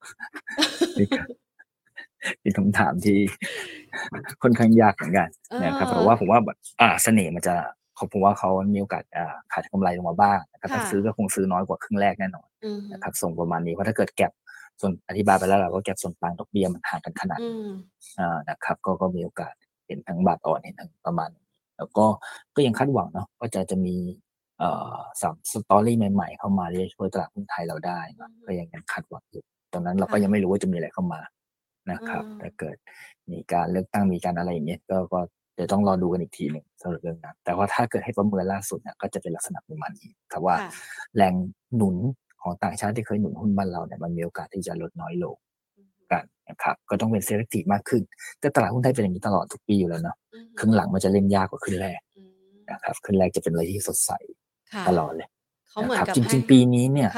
เป็นคำถามที่ค่อนข้างยากเหมือนกันนะครับเพราะว่าผมว่าอ่าเสน่ห์มันจะเขาผมว่าเขามีโอกาสอ่าขายกำไรลงมาบ้างนะครับถ้าซื้อก็คงซื้อน้อยกว่าครึ่งแรกแน่นอนนะครับส่งประมาณนี้เพราะถ้าเกิดแก็บส่วนอธิบายไปแล้วเราก็แก็บส่วนต่างดอกเบี้ยมันห่างกันขนาดอ่านะครับก็ก็มีโอกาสเห็นทั้งบาทอ่อนเห็นทั้งประมาณแล้วก็ก็ยังคาดหวังเนาะก็จะจะมีเอ่อสับสตอรี่ใหม่ๆเข้ามาที่จะช่วยตลาดหุ้นไทยเราได้ก็ยังยังคาดหวังอยู่ตอนนั้นเราก็ยังไม่รู้ว่าจะมีอะไรเข้ามานะครับถ้าเกิดมีการเลือกตั้งมีการอะไรอย่างเงี้ยก็ก็เดี๋ยวต้องรอดูกันอีกทีหนึ่งสำหรับเรื่องนั้นแต่ว่าถ้าเกิดให้ประเมินล่าสุดเนี่ยก็จะเป็นลักษณะประมาณนี้ครับว่าแรงหนุนของต่างชาติที่เคยหนุนหุ้นบ้านเราเนี่ยมันมีโอกาสที่จะลดน้อยลงกันนะครับก็ต้องเป็น selective มากขึ้นแต่ตลาดหุ้นไทยเป็นอย่างนี้ตลอดทุกปีอยู่แล้วเนาะครึ่งหลังมันจะเล่นยากกว่าครึ่งแรกนะครับครึ่งแรกจะเป็นอะไรที่สดใสตลอดเลยนะครับจริงๆปีนี้เนี่ย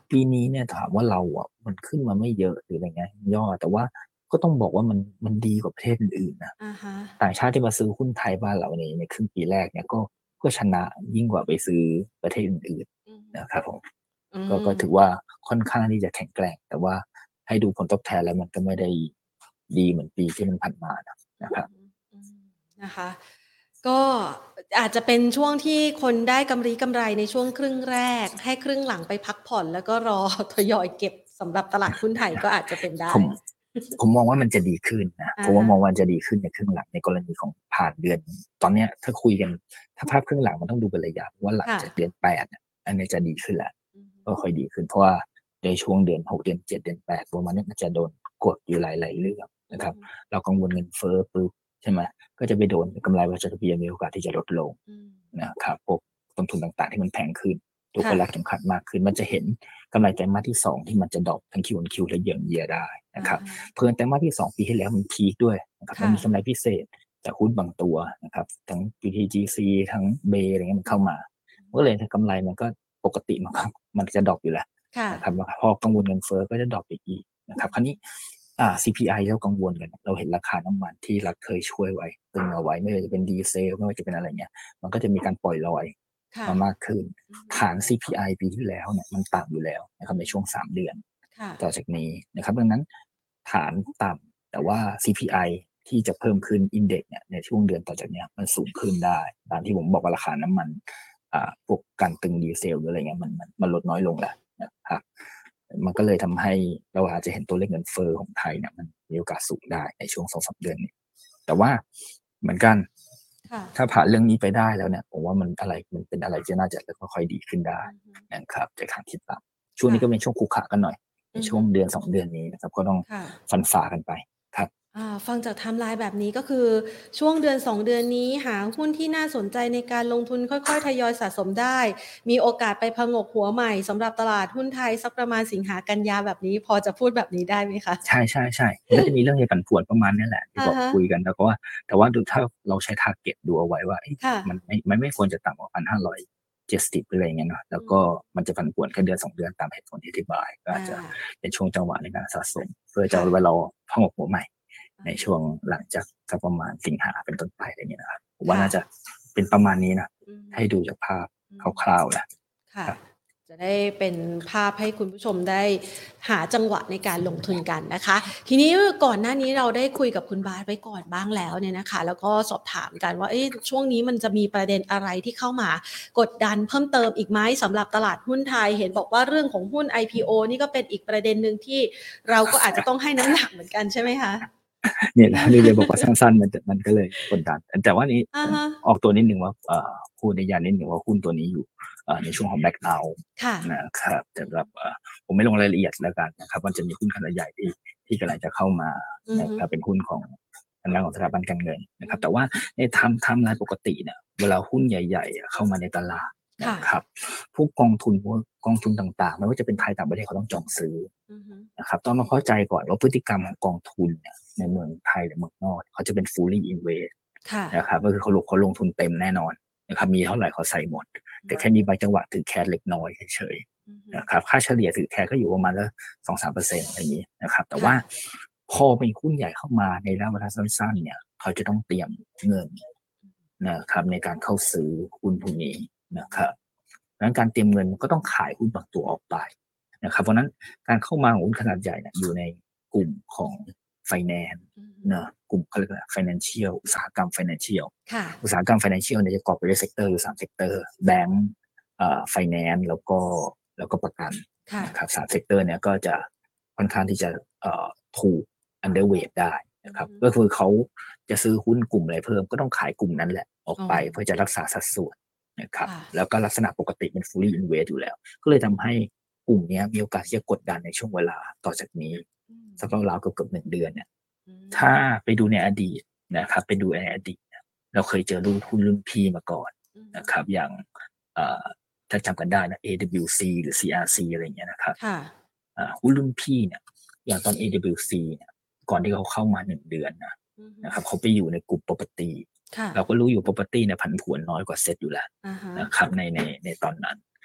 ปีนี้เนี่ยถามว่าเราอ่ะมันขึ้นมาไม่เยอะหรืออะไรเงี้ยย่อแต่ว่าก็ต้องบอกว่ามันมันดีกว่าประเทศอื่นๆนะอ่าฮะต่างชาติที่มาซื้อหุ้นไทยบ้านเราในในครึ่งปีแรกเนี่ยก็ก็ชนะยิ่งกว่าไปซื้อประเทศอื่นอืมๆนะครับผมอืก็ก็มถือว่าค่อนข้างที่จะแข็งแกร่งแต่ว่าให้ดูผลตอบแทนแล้วมันก็ไม่ได้ดีเหมือนปีที่มันผ่านมานะอืนะครับมอืมนะคะก็อาจจะเป็นช่วงที่คนได้กำไรกำไรในช่วงครึ่งแรกให้ครึ่งหลังไปพักผ่อนแล้วก็รอทยอยเก็บสำหรับตลาดหุ้นไทยก็อาจจะเป็นได้ผมผมมองว่ามันจะดีขึ้นนะผอ่าฮะมว่ามองว่าจะดีขึ้นในครึ่งหลังในกรณีของผ่านเดือนตอนเนี้ยถ้าคุยกันถ้าภาพครึ่งหลังมันต้องดูเป็นระยะว่าหลังค่ะจากเดือนแปดเนี่ยอันนี้จะดีขึ้นแหละอืมก็ค่อยดีขึ้นเพราะว่าในช่วงเดือนหกเดือนเจ็ดเดือนแปดประมาณนี้มันจะโดนกดอยู่หลายๆเรื่องนะครับเรากังวลเงินเฟ้อปุ๊บใช่ไหมก็จะไปโดนกำไรบริษัทเบียมีโอกาสที่จะลดลงอืมนะครับพวกต้นทุนต่างๆที่มันแพงขึ้นตัวคค่ะนรักเข็มขัดมากขึ้นมันจะเห็นกำไรไตรมาสที่สองที่มันจะดรอปทั้งคิวออนคิวและเยียร์เยียได้อ่านะครับฮะเพิ่นไตรมาสที่สองปีที่แล้วมันพีคด้วยนะครับมันค่ะมีกำไรพิเศษจากหุ้นบางตัวนะครับทั้ง บี ที จี ซี ทั้งเบอะไรเงี้ยมันเข้ามาก็เลยถ้ากำไรมันก็ปกติมันก็มันจะดรอปอยู่แล้วค่ะนะครับพอกังวลเงินเฟ้อก็จะดรอปไปอีกนะครับคราวนี้อ่า ซี พี ไอ ที่เรากังวลกันเราเห็นราคาน้ำมันที่รัฐเคยช่วยไว้ตึงเอาไว้ไม่ว่าจะเป็นดีเซลไม่ว่าจะเป็นอะไรเงี้ยมันก็จะมีการปล่อยลอยค่ะมามากขึ้นอืมฐาน ซี พี ไอ ปีที่แล้วเนี่ยมันต่ำอยู่แล้วนะครับในช่วงสามเดือนค่ะต่อจากนี้นะครับดังนั้นฐานต่ำแต่ว่า ซี พี ไอ ที่จะเพิ่มขึ้นอินเด็กซ์เนี่ยในช่วงเดือนต่อจากเนี้ยมันสูงขึ้นได้ตามที่ผมบอกว่าราคาน้ำมันอ่าพวกการตึงดีเซลหรืออะไรเงี้ยมันมันมันลดน้อยลงแล้วนะครับมันก็เลยทำให้เราอาจจะเห็นตัวเลขเงินเฟ้อของไทยเนี่ยมันมีโอกาสสูงได้ในช่วงสองสามเดือนนี้แต่ว่าเหมือนกันค่ะถ้าผ่านเรื่องนี้ไปได้แล้วเนี่ยผมว่ามันอะไรมันเป็นอะไรที่น่าจะค่อยๆดีขึ้นได้อือฮึนะครับจากทางทิศทางช่วงนี้ค่ะก็เป็นช่วงขรุขระกันหน่อย ในอือฮึช่วงเดือนสองเดือนนี้นะครับก็ต้องค่ะฟันฝ่ากันไปครับอ่าฟังจากไทม์ไลน์แบบนี้ก็คือช่วงเดือนสองเดือนนี้หาหุ้นที่น่าสนใจในการลงทุนค่อยๆทยอยสะสมได้มีโอกาสไปผงกหัวใหม่สำหรับตลาดหุ้นไทยสักประมาณสิงหากันยาแบบนี้พอจะพูดแบบนี้ได้ไหมคะใช่ๆๆมันก็จะมีเรื่องในผันผวนประมาณนี้แหละที่บอกอะฮะคุยกันแล้วก็ว่าแต่ว่าดูถ้าเราใช้ target ดูเอาไว้ว่าเอ๊ะค่ะมันไม่มันไม่ควรจะต่ำกว่าหนึ่งพันห้าร้อยเจ็ดสิบหรืออะไรอย่างเงี้ยเนาะแล้วก็อืมมันจะผันผวนแค่เดือนสองเดือนตามเหตุผลที่อธิบายก็อาอาจจะเป็นช่วงจังหวะในการสะสมเพื่อจะค่ะเอาไว้รอผงกหัวใหม่ในช่วงอะฮะหลังจากสักประมาณสิงหาเป็นต้นไปอะไรอย่างเงี้ยนะครับผมว่าค่ะน่าจะเป็นประมาณนี้นะอืมให้ดูจากภาพอืมคร่าวๆนะค่ะครับจะได้เป็นภาพให้คุณผู้ชมได้หาจังหวะในการลงทุนกันนะคะทีนี้ก่อนหน้านี้เราได้คุยกับคุณบาสไว้ก่อนบ้างแล้วเนี่ยนะคะแล้วก็สอบถามกันว่าเอ๊ะช่วงนี้มันจะมีประเด็นอะไรที่เข้ามากดดันเพิ่มเติมอีกไหมสำหรับตลาดหุ้นไทยเห็นบอกว่าเรื่องของหุ้น ไอ พี โอ นี่ก็เป็นอีกประเด็นหนึ่งที่เราก็อาจจะต้องให้น้ำหนักเหมือนกันใช่ไหมคะเนี่ยนะนี่เลยบอกว่าสั้นๆมันจะมันก็เลยกดดันแต่ว่านี้อะฮะออกตัวนิดหนึ่งว่าเอ่อพูดในยานิดหนึ่งว่าหุ้นตัวนี้อยู่เอ่อในช่วงของแบ็กเอาท์ค่ะนะครับแต่แบบเอ่อผมไม่ลงรายละเอียดแล้วกันนะครับมันจะมีหุ้นขนาดใหญ่ที่ที่กำลังจะเข้ามาอือฮึนะครับเป็นหุ้นของทางด้านของสถาบันการเงินนะคอืมรับแต่ว่าในไทม์ไทม์ไลน์ปกติเนี่ยเวลาหุ้นใหญ่ๆอะเข้ามาในตลาดค่ะนะครับพวกกองทุนพวกกองทุนต่างๆไม่ว่าจะเป็นไทยต่างประเทศเขาต้องจองซื้ออือฮึนะครับต้องมาเข้าใจก่อนว่าพฤติกรรมของกองทุนเนี่ยในเมืองไทยหรือเมืองนอกเขาจะเป็น fully invest ค่ะนะครับก็คือเขาลงเขาลงทุนเต็มแน่นอนนะครับมีเท่าไหร่เขาใส่หมดแต่แค่มีบางจังหวะถือแคชเล็กน้อยเฉยอือฮึๆนะครับค่าเฉลี่ยถือแคชก็อยู่ประมาณละสองสามเปอร์เซ็นต์อะไรอย่างนี้นะครับแต่ว่าค่ะพอเป็นหุ้นใหญ่เข้ามาในระยะเวลาสั้นๆเนี่ยเขาจะต้องเตรียมเงินนะครับในการเข้าซื้อหุ้นพวกนี้นะครับดังนั้นการเตรียมเงินก็ต้องขายหุ้นบางตัวออกไป นะครับเพราะนั้นการเข้ามาของหุ้นขนาดใหญ่เนี่ยอยู่ในกลุ่มของ Finance อือฮึเนอะกลุ่มเขาเรียกว่า Financial อุตสาหกรรม Financial ค่ะอุตสาหกรรม Financial เนี่ยจะประกอบไปด้วยเซกเตอร์อยู่สามเซกเตอร์แบงก์เอ่อ Finance แล้วก็แล้วก็ประกันค่ะนะครับสามเซกเตอร์เนี่ยก็จะค่อนข้างที่จะเอ่อถูก underweight ได้นะครับอือฮึก็คือเขาจะซื้อหุ้นกลุ่มอะไรเพิ่มก็ต้องขายกลุ่มนั้นแหละออกอ๋อไปเพื่อจะรักษาสัดส่วนนะครับค่ะแล้วก็ลักษณะปกติเป็น fully invest อยู่แล้วก็เลยทำให้ กลุ่มเนี้ยมีโอกาสที่จะกดดันในช่วงเวลาต่อจากนี้อืมสักราวๆเกือบๆหนึ่งเดือนเนี่ยอืถ้ามไปดูในอดีตนะครับไปดูในอดีตเนี่ยเราเคยเจอรุ่นหุ้นรุ่นพี่มาก่อนอืมนะครับอย่างเอ่อถ้าจำกันได้นะ เอ ดับเบิลยู ซี หรือ ซี อาร์ ซี อะไรอย่างเงี้ยนะครับค่ะอ่าหุ้นรุ่นพี่เนี่ยอย่างตอน เอ ดับเบิลยู ซี เนี่ยก่อนที่เขาเข้ามาหนึ่งเดือนนะอือฮึนะครับเขาไปอยู่ในกลุ่ม property ค่ะเราก็รู้อยู่ property เนี่ยผันผวนน้อยกว่าเซ็ตอยู่แล้วอะฮะนะครับในในในตอนนั้น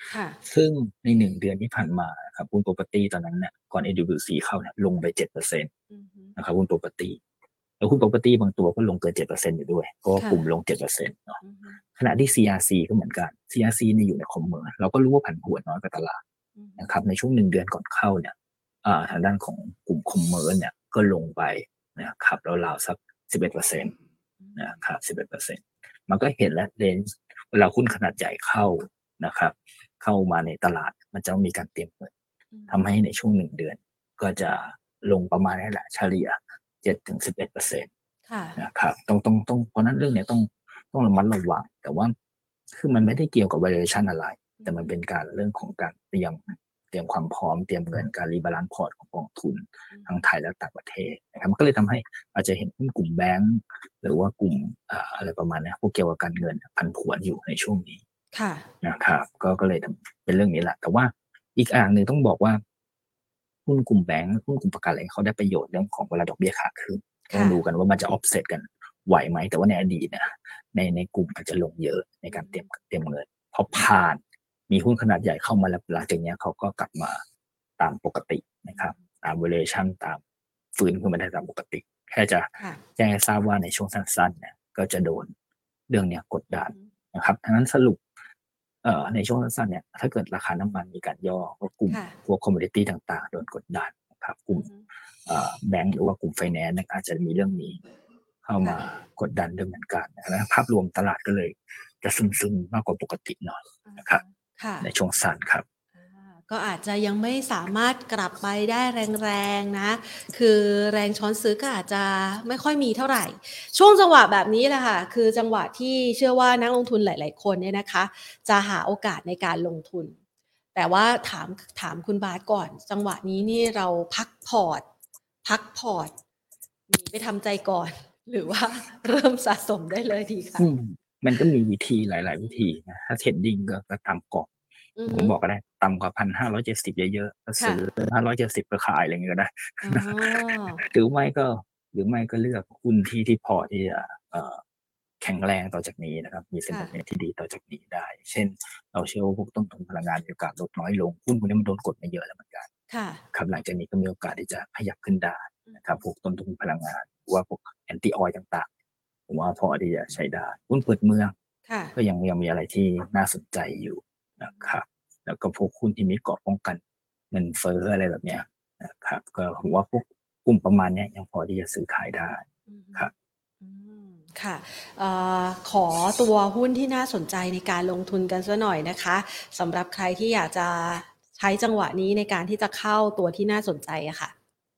ซึ่งในหนึ่งเดือนที่ผ่านมาครับหุ้น property ตอนนั้นเนี่ยก่อน เอ ดับเบิลยู ซี เข้าเนี่ยลงไป เจ็ดเปอร์เซ็นต์ นะครับหุ้น property แล้วหุ้น property บางตัวก็ลงเกิน เจ็ดเปอร์เซ็นต์ อยู่ด้วยเพราะว่ากลุ่มลง เจ็ดเปอร์เซ็นต์ เนาะขณะที่ ซี อาร์ ซี ก็เหมือนกัน ซี อาร์ ซี เนี่ยอยู่ในคอมเมอร์เราก็รู้ว่าผันผวนน้อยกว่าตลาดนะครับในช่วงหนึ่งเดือนก่อนเข้าเนี่ยทางด้านของกลุ่มคอมเมอร์เนี่ยก็ลงไปนะครับราวๆสัก สิบเอ็ดเปอร์เซ็นต์ นะครับ สิบเอ็ดเปอร์เซ็นต์ มันก็เห็นแล้วเลนส์เวลาหุ้นขนาดใหญ่เข้านะครับเข้ามาในตลาดมันจะมีการเตรียมเงินทำให้ในช่วงหนึ่งเดือนก็จะลงประมาณนี้แหละเฉลี่ย เจ็ดถึงสิบเอ็ดเปอร์เซ็นต์ นะครับต้องต้องต้องเพราะนั้นเรื่องนี้ต้องต้องระมัดระวังแต่ว่าคือมันไม่ได้เกี่ยวกับ valuation อะไรแต่มันเป็นการเรื่องของการเตรียมเตรียมความพร้อมเตรียมเงินการรีบาลานซ์พอร์ตของกองทุนทั้งไทยและต่างประเทศนะครับมันก็เลยทำให้อาจจะเห็นหุ้นกลุ่มแบงก์หรือว่ากลุ่มอะไรประมาณนี้พวกเกี่ยวกับการเงินผันผวนอยู่ในช่วงนี้นะครับก็ก็เลยเป็นเรื่องนี้แหละแต่ว่าอีกอย่างหนึ่งต้องบอกว่าหุ้นกลุ่มแบงก์หุ้นกลุ่มประกันอะไรเขาได้ประโยชน์เรื่องของเวลาดอกเบี้ยขาขึ้นต้องดูกันว่ามันจะ offset กันไหวไหมแต่ว่าในอดีตเนี่ยในในกลุ่มอาจจะลงเยอะในการเตรียมเตรียมเงินพอผ่านมีหุ้นขนาดใหญ่เข้ามาแล้วหลังจากนี้เขาก็กลับมาตามปกตินะครับตาม valuation ตามฟื้นขึ้นมาได้ตามปกติแค่จะแจ้งให้ทราบว่าในช่วงสั้นๆเนี่ยก็จะโดนเรื่องเนี้ยกดดันนะครับทั้งนั้นสรุปเอ่อในช่วงสั้นๆเนี่ยถ้าเกิดราคาน้ำมันมีการย่อก็กลุ่มพวก commodity ต่างๆโดนกดดันนะครับกลุ่มแบงก์หรือว่ากลุ่มไฟแนนซ์อาจจะมีเรื่องนี้เข้ามากดดันด้วยเหมือนกันนะภาพรวมตลาดก็เลยจะซึมๆมากกว่าปกติหน่อยนะครับในช่วงสั้นครับก็อาจจะยังไม่สามารถกลับไปได้แรงๆนะคือแรงช้อนซื้อก็อาจจะไม่ค่อยมีเท่าไหร่ช่วงจังหวะแบบนี้แหละค่ะคือจังหวะที่เชื่อว่านักลงทุนหลายๆคนเนี่ยนะคะจะหาโอกาสในการลงทุนแต่ว่าถามถามคุณบาสก่อนจังหวะนี้นี่เราพักพอร์ตพักพอร์ตหนีไปทำใจก่อนหรือว่าเริ่มสะสมได้เลยดีค่ะมันก็มีวิธีหลายๆวิธีนะถ้าเทรดดิ้งก็ตามกรอบผมบอกก็ได้ต่ำกว่า หนึ่งพันห้าร้อยเจ็ดสิบ เยอะๆก็ซื้อห้าร้อยเจ็ดสิบก็ขายอะไรอย่างเงี้ยก็ได้หรือไม่ก็หรือไม่ก็เลือกหุ้นที่ที่พอที่จะแข็งแรงต่อจากนี้นะครับมีเซ็นติเมนต์ที่ดีต่อจากนี้ได้เช่นเราเชื่อว่าพวกต้นทุนพลังงานมีโอกาสลดน้อยลงหุ้นพวกนี้มันโดนกดมาเยอะแล้วเหมือนกันครับหลังจากนี้ก็มีโอกาสที่จะขยับขึ้นได้นะครับพวกต้นทุนพลังงานหรือว่าพวกแอนตี้ออยล์ต่างๆผมว่าพอที่จะใช้ได้หุ้นเปิดเมืองก็ยังยังมีอะไรที่น่าสนใจอยู่นะครับแล้วก็พวกหุ้นที่มีเกราะป้องกันเงินเฟ้ออะไรแบบเนี้ยนะครับก็ผมว่าพวกกลุ่มประมาณนี้ยังพอที่จะซื้อขายได้ครับค่ะขอตัวหุ้นที่น่าสนใจในการลงทุนกันซะหน่อยนะคะสำหรับใครที่อยากจะใช้จังหวะนี้ในการที่จะเข้าตัวที่น่าสนใจอะค่ะ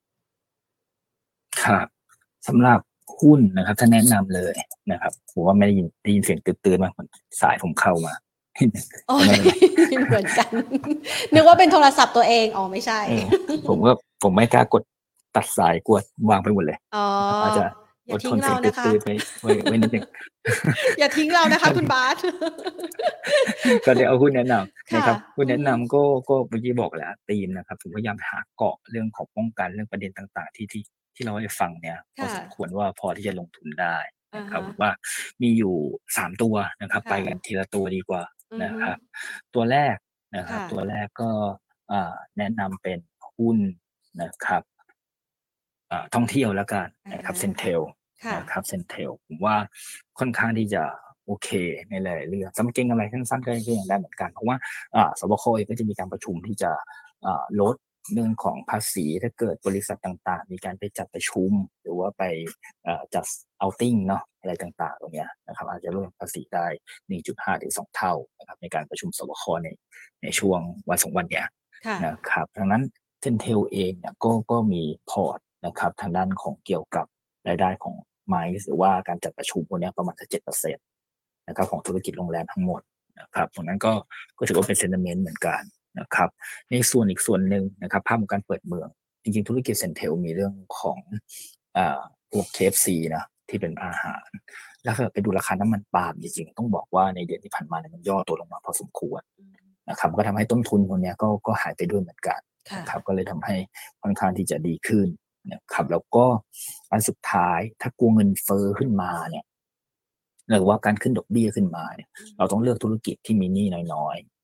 ครับสำหรับหุ้นนะครับถ้าแนะนำเลยนะครับผมว่าไม่ได้ยินได้ยินเสียงตื่นๆมาสายผมเข้ามาโอ้ยเหมือนกันนึกว่าเป็นโทรศัพท์ตัวเองอ๋อไม่ใช่ผมก็ผมไม่กล้ากดตัดสายกดวางไปหมดเลยอ๋ออาจจะอย่าทิ้งเรานะคะไปไว้ไว้นิดนึงอย่าทิ้งเรานะคะคุณบาสก็เดี๋ยวเอาหุ้นแนะนำนะครับหุ้นแนะนำก็ก็เมื่อกี้บอกแล้วธีมนะครับผมพยายามหาเกาะเรื่องของป้องกันเรื่องประเด็นต่างๆที่ที่ที่เราให้ฟังเนี่ยพอสมควรว่าพอที่จะลงทุนได้นะครับว่ามีอยู่สามตัวนะครับไปกันทีละตัวดีกว่านะครับตัวแรกนะครับตัวแรกก็แนะนำเป็นหุ้นนะครับท่องเที่ยวแล้วกันนะครับเซนเทลนะครับเซนเทลผมว่าค่อนข้างที่จะโอเคในหลายๆเรื่องสำหรับเก็งอะไรสั้นๆก็ยังได้เหมือนกันเพราะว่าสบคเองก็จะมีการประชุมที่จะลดเรื่องของภาษีถ้าเกิดบริษัทต่างๆมีการไปจัดประชุมหรือว่าไปจัดเอาติ้งเนาะอะไรต่างๆตรงเนี้ยนะครับอาจจะลดภาษีได้ หนึ่งจุดห้า ถึงสองเท่านะครับในการประชุมสบคในในช่วงวันสองวันเนี้ยนะครับดังนั้นเซนเทลเองเนี่ยก็ก็มีพอร์ตนะครับทางด้านของเกี่ยวกับรายได้ของไมซ์หรือว่าการจัดประชุมพวกนี้ประมาณ เจ็ดเปอร์เซ็นต์ นะครับของธุรกิจโรงแรมทั้งหมดนะครับตรงนั้นก็ก็ถือว่าเป็นเซนติเมนต์เหมือนกันนะครับในส่วนอีกส่วนหนึ่งนะครับภาพของการเปิดเมืองจริงๆธุรกิจเซนเทลมีเรื่องของอ่าพวก เค เอฟ ซี นะที่เป็นอาหารแล้วก็ไปดูราคาน้ำมันปาล์มจริงๆต้องบอกว่าในเดือนที่ผ่านมาเนี่ยมันย่อตัวลงมาพอสมควรนะครับก็ทำให้ต้นทุนตรงนี้ก็ก็หายไปด้วยเหมือนกันนะครับก็เลยทำให้ค่อนข้างที่จะดีขึ้นนะครับแล้วก็อันสุดท้ายถ้ากลัวเงินเฟ้อขึ้นมาเนี่ยหรือว่าการขึ้นดอกเบี้ยขึ้นมาเนี่ยเราต้องเลือกธุรกิจที่มีหนี้น้อยๆ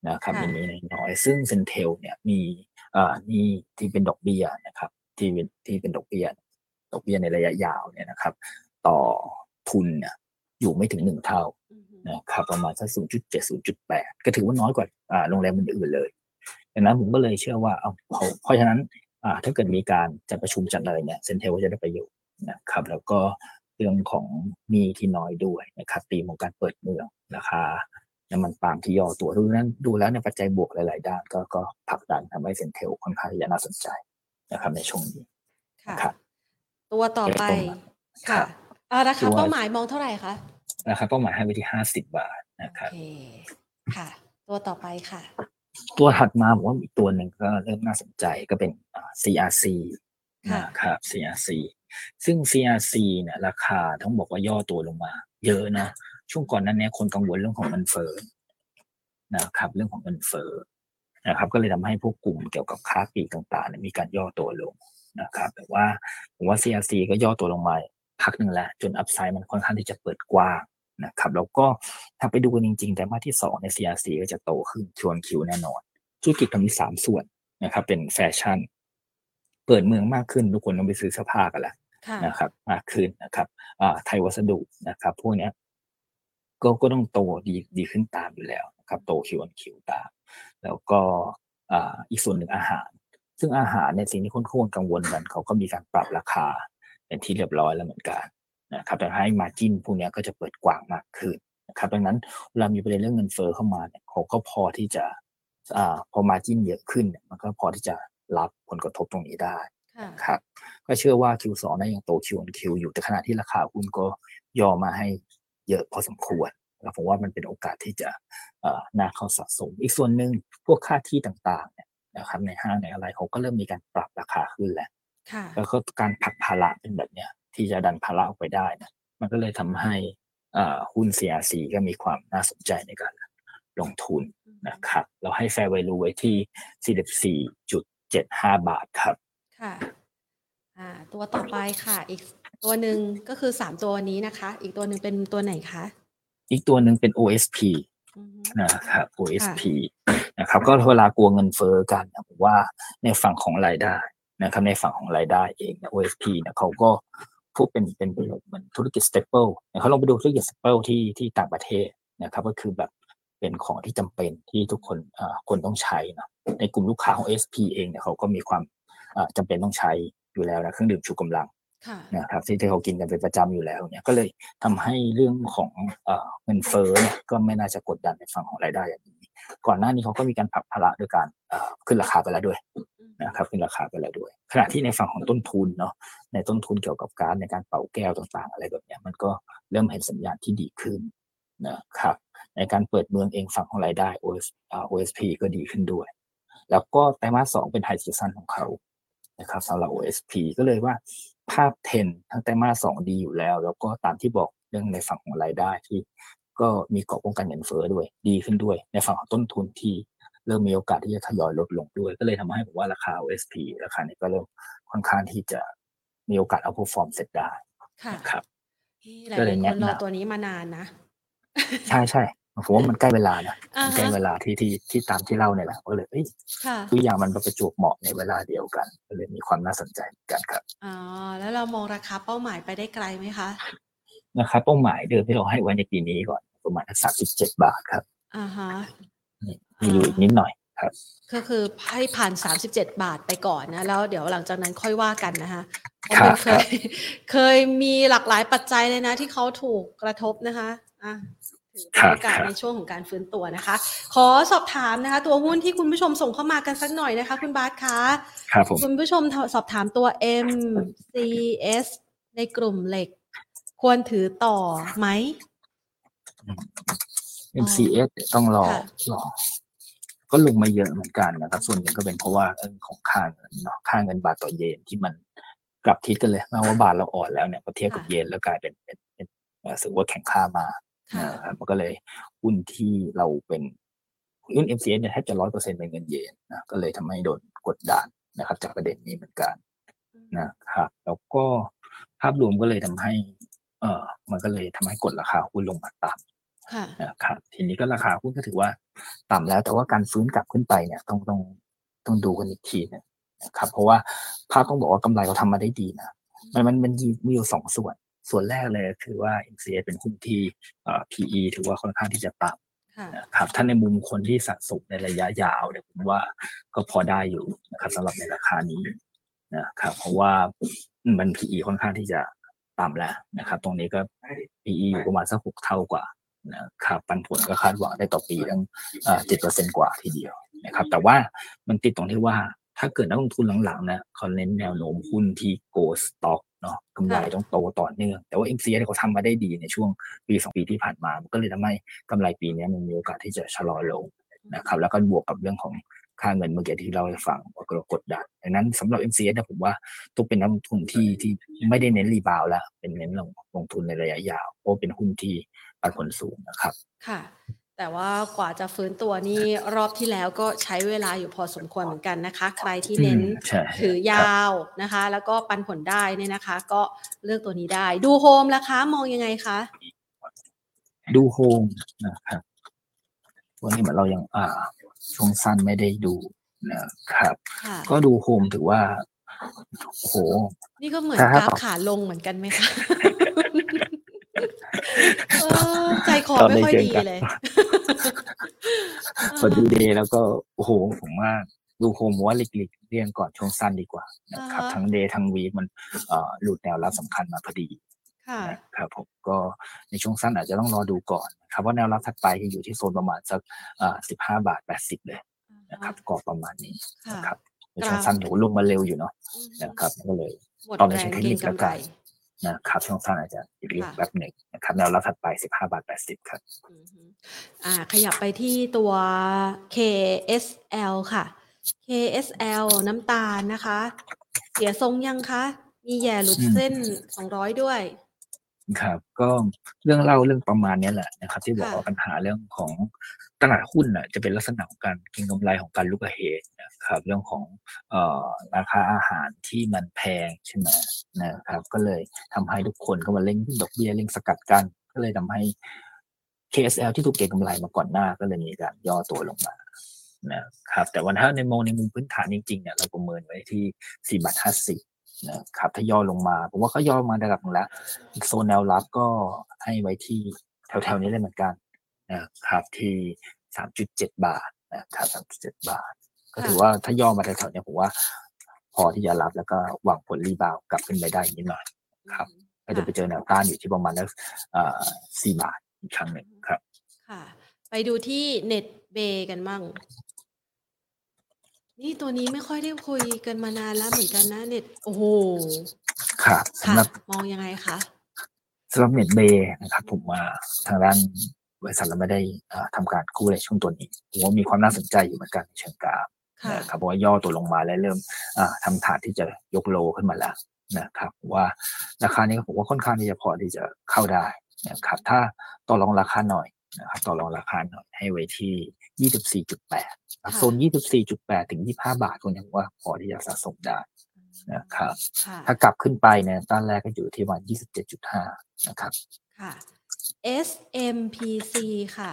นะครับค่ะมีน้อยซึ่ง Centel เนี่ยมีอ่านี่ที่เป็นดอกเบี้ยนะครับที่เป็นที่เป็นดอกเบี้ยดอกเบี้ยในระยะยาวเนี่ยนะครับต่อทุนเนี่ยอยู่ไม่ถึงหนึ่งเท่าอือฮึนะครับประมาณสักศูนย์จุดเจ็ด ศูนย์จุดแปดก็ถือว่าน้อยกว่าอ่าโรงแรมอื่นๆเลยดังนั้นผมก็เลยเชื่อว่าเอาเพราะเพราะฉะนั้นอ่าถ้าเกิดมีการจัดประชุมจัดอะไรเนี่ย Centel ก็จะได้ประโยชน์นะครับแล้วก็เรื่องของหนี้ที่น้อยด้วยนะครับธีมของการเปิดเมืองราคา น้ำมันปาล์มที่ย่อตัวดูนั้นดูแล้วในปัจจัยบวกหลายๆด้านก็ก็ผลักดันทำให้เซ็นเทลค่อนข้างที่จะน่าสนใจนะครับในช่วงนี้ค่ะนะครับตัวต่อไปก็เลยต้องคค่ะรับอ่าราคาตัวเป้าหมายมองเท่าไรคะราคาเป้าหมายให้ไว้ที่ห้าสิบบาทโอนะครับเคค่ะตัวต่อไปค่ะตัวถัดมาผมว่าอีกตัวหนึ่งก็เริ่มน่าสนใจก็เป็นอ่า ซี อาร์ ซีค่ะนะครับ ซี อาร์ ซี ซึ่ง ซี อาร์ ซี เนี่ยราคาต้องบอกว่าย่อตัวลงมาเยอะนะช่วงก่อนหนั้นเนี้ยคนกังวลเรื่องของเงินเฟ้อนะครับเรื่องของเงินเฟ้อ นะครับก็เลยทำให้พวกกลุ่มเกี่ยวกับค้าปลีกต่างๆเนี่ยมีการย่อตัวลงนะครับแต่ว่าผมว่า ซี อาร์ ซี ก็ย่อตัวลงมาพักหนึ่งแล้วจนอัพไซด์มันค่อนข้างที่จะเปิดกว้างนะครับแล้วก็ถ้าไปดูกันจริงๆแต่มาที่สองใน ซี อาร์ ซี ก็จะโตขึ้นชวนคิวแน่นอนธุรกิจทำมีสามส่วนนะครับเป็นแฟชั่นเปิดเมืองมากขึ้นทุกคนต้องไปซื้อเสื้อผ้ากันแล้วค่ะนะครับมากขึ้นนะครับอ่าไทยวัสดุนะครับพวกเนี้ยก็ก็ต้องโตดีดีขึ้นตามอยู่แล้วนะครับโต Q on Q ตาม แล้วก็อ่าอีกส่วนหนึ่งอาหารซึ่งอาหารในยสิ่งที่คนควรกังวลกันเขาก็มีการปรับราคาเป็นที่เรียบร้อยแล้วเหมือนกันนะครับแต่ให้ margin พวกนี้ก็จะเปิดกว้างมากขึ้นนะครับดังนั้นเวลามีประเด็นเรื่องเงินเฟ้อเข้ามาเนี่ยเขาก็พอที่จะอ่าพอ margin เยอะขึ้นเนี่ยมันก็พอที่จะรับผลกระทบตรงนี้ได้ค่ะนะครับก็เชื่อว่า คิว ทู น่ายังโต Q on Q อยู่แต่ขณะที่ราคาหุ้นก็ย่อมาให้เยอะพอสมควรแล้วผมว่ามันเป็นโอกาสที่จะ เอ่อน่าเข้าสะสมอีกส่วนหนึ่งพวกค่าที่ต่างๆเนี่ยนะครับในห้างในอะไรเขาก็เริ่มมีการปรับราคาขึ้นแล้วค่ะแล้วก็การผลักภาระเป็นแบบเนี้ยที่จะดันภาระออกไปได้นะมันก็เลยทำให้อ่าหุ้น ซี อาร์ ซี ก็มีความน่าสนใจในการลงทุนอือฮึนะครับเราให้ Fair Value ไว้ที่ สี่สิบสี่จุดเจ็ดห้า บาทครับค่ะอ่าตัวต่อไปค่ะอีกตัวหนึ่งก็คือสามตัวนี้นะคะอีกตัวหนึ่งเป็นตัวไหนคะอีกตัวหนึ่งเป็น โอ เอส พีอือฮึนะครับค่ะโอ เอส พี นะครับก็เวลากลัวเงินเฟ้อกันนะผมว่าในฝั่งของรายได้นะครับในฝั่งของรายได้เองเนี่ย โอ เอส พี เนี่ยเขาก็พูดเป็นเป็นเหมือนธุรกิจ staple เขาลองไปดูธุรกิจ staple ที่ที่ต่างประเทศนะครับก็คือแบบเป็นของที่จำเป็นที่ทุกคนอ่าคนต้องใช้นะในกลุ่มลูกค้าของ โอ เอส พี เองเนี่ยเขาก็มีความอ่าจำเป็นต้องใช้อยู่แล้วนะเครื่องดื่มชูกำลังค่ะนะครับที่ที่เขากินกันเป็นประจำอยู่แล้วเนี่ยก็เลยทำให้เรื่องของเอ่อเงินเฟ้อเนี่ยก็ไม่น่าจะกดดันในฝั่งของรายได้อย่างนี้ก่อนหน้านี้เขาก็มีการผลักภาระด้วยการเอ่อขึ้นราคาไปแล้วด้วยอือฮึนะครับขึ้นราคาไปแล้วด้วยขณะที่ในฝั่งของต้นทุนเนาะในต้นทุนเกี่ยวกับการในการเป่าแก้วต่างๆอะไรแบบเนี้ยมันก็เริ่มเห็นสัญญาณที่ดีขึ้นนะครับในการเปิดเมืองเองฝั่งของรายได้ โอ เอส อ่า โอ เอส พี ก็ดีขึ้นด้วยแล้วก็ไตรมาสสองเป็นไฮซีซั่นของเขานะครับสำหรับ โอ เอส พี ก็เลยว่า ภาพเทรนด์ทั้งไตรมาสสองดีอยู่แล้วแล้วก็ตามที่บอกเรื่องในฝั่งของรายได้ที่ก็มีเกราะป้องกันเงินเฟ้อด้วยดีขึ้นด้วยในฝั่งของต้นทุนที่เริ่มมีโอกาสที่จะทยอยลดลงด้วยก็เลยทำให้ผมว่าราคา โอ เอส พี ราคานี้ก็เริ่มค่อนข้างที่จะมีโอกาส outperform เสร็จได้ค่ะนะครับนี่หก็เลลายๆคนยแนะนรอตัวนี้มานานนะำใช่ๆผมว่ามันใกล้เวลานะอะฮะมันใกล้เวลาที่ที่ที่ตามที่เล่าเนี่ยแหละก็เลยเฮ้ยค่ะทุกอย่างมันมาประจวบเหมาะในเวลาเดียวกันก็เลยมีความน่าสนใจเหมือนกันครับอ๋อแล้วเรามองราคาเป้าหมายไปได้ไกลไหมคะนะครับเป้าหมายเดิมที่เราให้ไว้ในปีนี้ก่อนประมาณสามสิบเจ็ดบาทครับอะฮะมีอยู่อีกนิดหน่อยครับก็คือให้ผ่านสามสิบเจ็ดบาทไปก่อนนะแล้วเดี๋ยวหลังจากนั้นค่อยว่ากันนะคะเพคราะมันเคยรับครับเคยมีหลากหลายปัจจัยเลยนะที่เขาถูกกระทบนะคะอ่ะถือคเป็นรับโอกาสครับในช่วงของการฟื้นตัวนะคะ ขอสอบถามนะคะตัวหุ้นที่คุณผู้ชมส่งเข้ามากันสักหน่อยนะคะคุณบาสคะครับผมคุณผู้ชมสอบถามตัว เอ็ม ซี เอส ในกลุ่มเหล็กควรถือต่อไหมอ๋อเอ็ม ซี เอส ต้องรอค่ะรอก็ลงมาเยอะเหมือนกันนะครับส่วนหนึ่งก็เป็นเพราะว่าเรื่องของค่าเงินเนาะค่าเงินบาทต่อเยนที่มันกลับทิศกันเลยแม้ว่าบาทเราอ่อนแล้วเนี่ยพอเทียบกับค่ะเยนแล้วกลายเป็นเป็นเป็นเอ่อรู้สึกว่าแข็งค่ามากค่ะนะครับมันก็เลยหุ้นที่เราเป็นหุ้น เอ็ม ซี เอส เนี่ยแทบจะร้อยเปอร์เซ็นต์เป็นเงินเยนนะก็เลยทำให้โดนกดดันนะครับจากประเด็นนี้เหมือนกันอืมนะครับแล้วก็ภาพรวมก็เลยทำให้เอ่อมันก็เลยทำให้กดราคาหุ้นลงมาต่นะครับทีนี้ก็ราคาหุ้นก็ถือว่าต่ำแล้วแต่ว่าการฟื้นกลับขึ้นไปเนี่ยต้องต้องต้องดูกันอีกทีนะครับเพราะว่าภาพต้องบอกว่ากำไรเขาทำมาได้ดีนะมันมันมันมีอยู่สองส่วนส่วนแรกเลยคือว่า เอ็ม ซี เอ เป็นหุ้นที่ พี อี ถือว่าค่อนข้างที่จะต่ำนะครับถ้าในมุมคนที่สะสมในระยะยาวเนี่ยผมว่าก็พอได้อยู่นะครับสำหรับในราคานี้นะครับเพราะว่ามัน พี อี ค่อนข้างที่จะต่ำแล้วนะครับตรงนี้ก็ พี อี อยู่ประมาณสักหกเท่ากว่านะครับปันผลก็คาดหวังได้ต่อปีตั้งเจ็ดเปอร์เซ็นต์กว่าทีเดียวนะครับแต่ว่ามันติดตรงที่ว่าถ้าเกิดนักลงทุนหลังๆนะเขาเน้นแนวโน้มหุ้นที่ go stock เนาะกำไรต้องโตต่อเนื่องแต่ว่า เอ็ม ซี เอ เขาทำมาได้ดีในช่วงปีสองปีที่ผ่านมามันก็เลยทำให้กำไรปีนี้มันมีโอกาสที่จะชะลอลงนะครับแล้วก็บวกกับเรื่องของค่าเงินเมื่อกี้ที่เราให้ฟังว่ากดดันดังนั้นสำหรับ เอ็ม ซี เอ เนี่ยผมว่าต้องเป็นนักลงทุนที่ที่ไม่ได้เน้นรีบาวแล้วเป็นเน้นลงลงทุนในระยะยาวเพราะเป็นหุ้นที่ปันผลสูงนะครับค่ะแต่ว่ากว่าจะฟื้นตัวนี่รอบที่แล้วก็ใช้เวลาอยู่พอสมควรเหมือนกันนะคะใครที่เน้นถือยาวนะคะแล้วก็ปันผลได้เนี่ยนะคะก็เลือกตัวนี้ได้ดูโฮมราคามองยังไงคะดูโฮมนะครับวันนี้เหมือนเรายังอ่าช่วงสั้นไม่ได้ดูนะครับก็ดูโฮมถือว่าโอ้โหนี่ก็เหมือนกราฟขาลงเหมือนกันไหมคะใจคอไม่ค่อยดีเลยพอดูเดย์แล้วก็โอ้โหผมว่าดูโฮมว่าหลีกๆเรียงก่อนช่วงสั้นดีกว่านะครับทั้งเดย์ทั้งวีคมันหลุดแนวรับสำคัญมาพอดีนะครับผมก็ในช่วงสั้นอาจจะต้องรอดูก่อนครับว่าแนวรับถัดไปอยู่ที่โซนประมาณสักสิบห้าบาทแปดสิบเลยนะครับกรอบประมาณนี้นะครับในช่วงสั้นถือว่าลงมาเร็วอยู่เนาะนะครับก็เลยตอนในเชิงเทคนิคแล้วกันนะครับช่วงสั้นอาจจะอีกเรื่องแบบหนึ่งนะครับแนวรับถัดไปสิบห้าบาทแปดสิบครับอ่าขยับไปที่ตัว เค เอส แอล ค่ะ เค เอส แอล น้ำตาลนะคะเสียทรงยังคะมีแย่หลุดเส้นสองร้อยด้วยครับก็เรื่องเล่าเรื่องประมาณนี้แหละนะครับที่บอกว่าปัญหาเรื่องของตลาดหุ้นน่ะจะเป็นลักษณะของการเก็งกำไรของการลุกอเฮดนะครับเรื่องของเอ่อราคาอาหารที่มันแพงใช่ไหมนะครับก็เลยทำให้ทุกคนก็มาเร่งดอกเบี้ยเร่งสกัดกันก็เลยทำให้ เค เอส แอล ที่ถูกเก็งกำไรมาก่อนหน้าก็เลยมีการย่อตัวลงมานะครับแต่วันถ้าในมองในมุมพื้นฐานจริงๆเนี่ยเราประเมินไว้ที่สี่บาทห้าสิบนะครับถ้าย่อลงมาผมว่าก็ย่อมาระดับนึงแล้วโซนแนวรับก็ให้ไว้ที่แถวๆนี้เลยเหมือนกันนะครับที่ สามจุดเจ็ด บาทนะครับ สามจุดเจ็ด บาทก็ถือว่าถ้าย่อมาแถวๆนี้ผมว่าพอที่จะรับแล้วก็หวังผลรีบาวกลับขึ้นไปได้นิดหน่อยครับก็จะไปเจอแนวต้านอยู่ที่ประมาณนักสี่บาทอีกครั้งหนึ่งครับค่ะไปดูที่ Net Bay กันมั่งนี่ตัวนี้ไม่ค่อยได้คุยกันมานานแล้วเหมือนกันนะเน็ตโอ้โหครับสำหรับมองยังไงคะสำหรับเน็ตเบย์นะครับผมว่าทางด้านบริษัทเราไม่ได้ทำการกู้ในช่วงตัวนี้ผมว่ามีความน่าสนใจอยู่เหมือนกันในเชิงกราฟนะครับเพราะว่าย่อตัวลงมาและเริ่มทำฐานที่จะยกโลขึ้นมาแล้วนะครับว่าราคานี้ผมว่าค่อนข้างที่จะพอที่จะเข้าได้นะครับถ้าต่อรองราคาหน่อยนะครับต่อรองราคาหน่อยให้ไว้ที่ ยี่สิบสี่จุดแปด โซน ยี่สิบสี่จุดแปด ถึงยี่สิบห้าบาทคนยังว่าพอที่จะสะสมได้นะครับถ้ากลับขึ้นไปเนี่ยต้านแรกก็อยู่ที่ประมาณ ยี่สิบเจ็ดจุดห้า นะครับค่ะ เอส เอ็ม พี ซี ค่ะ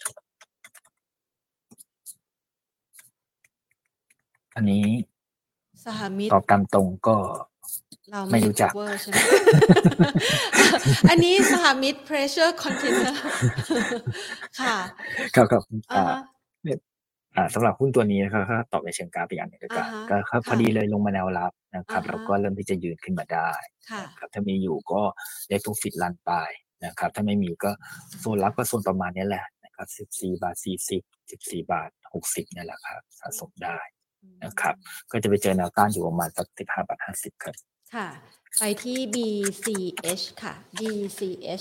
อันนี้สหมิตรตอบตามตรงก็ไม่รู้จักใช่ไหม อันนี้สหมิตร pressure container ค่ะครับครับอ่าเนี่ยอ่าสำหรับหุ้นตัวนี้นะครับก็ตอบในเชิงกราฟอีกอันหนึ่งด้วยกันก็พอดีเลยลงมาแนวรับนะครับแล้วก็เริ่มที่จะยืนขึ้นมาได้นะครับถ้ามีอยู่ก็เล็กทุกฟิตลันไปนะครับถ้าไม่มีก็โซนรับก็โซนประมาณนี้แหละนะครับสิบสี่บาทสี่สิบ สิบสี่บาทหกสิบนี่แหละครับสะสมได้นะครับก็จะไปเจอแนวต้านอยู่ประมาณสักสิบห้าบาทห้าสิบครับค่ะไปที่ บี ซี เอช ค่ะ บี ซี เอช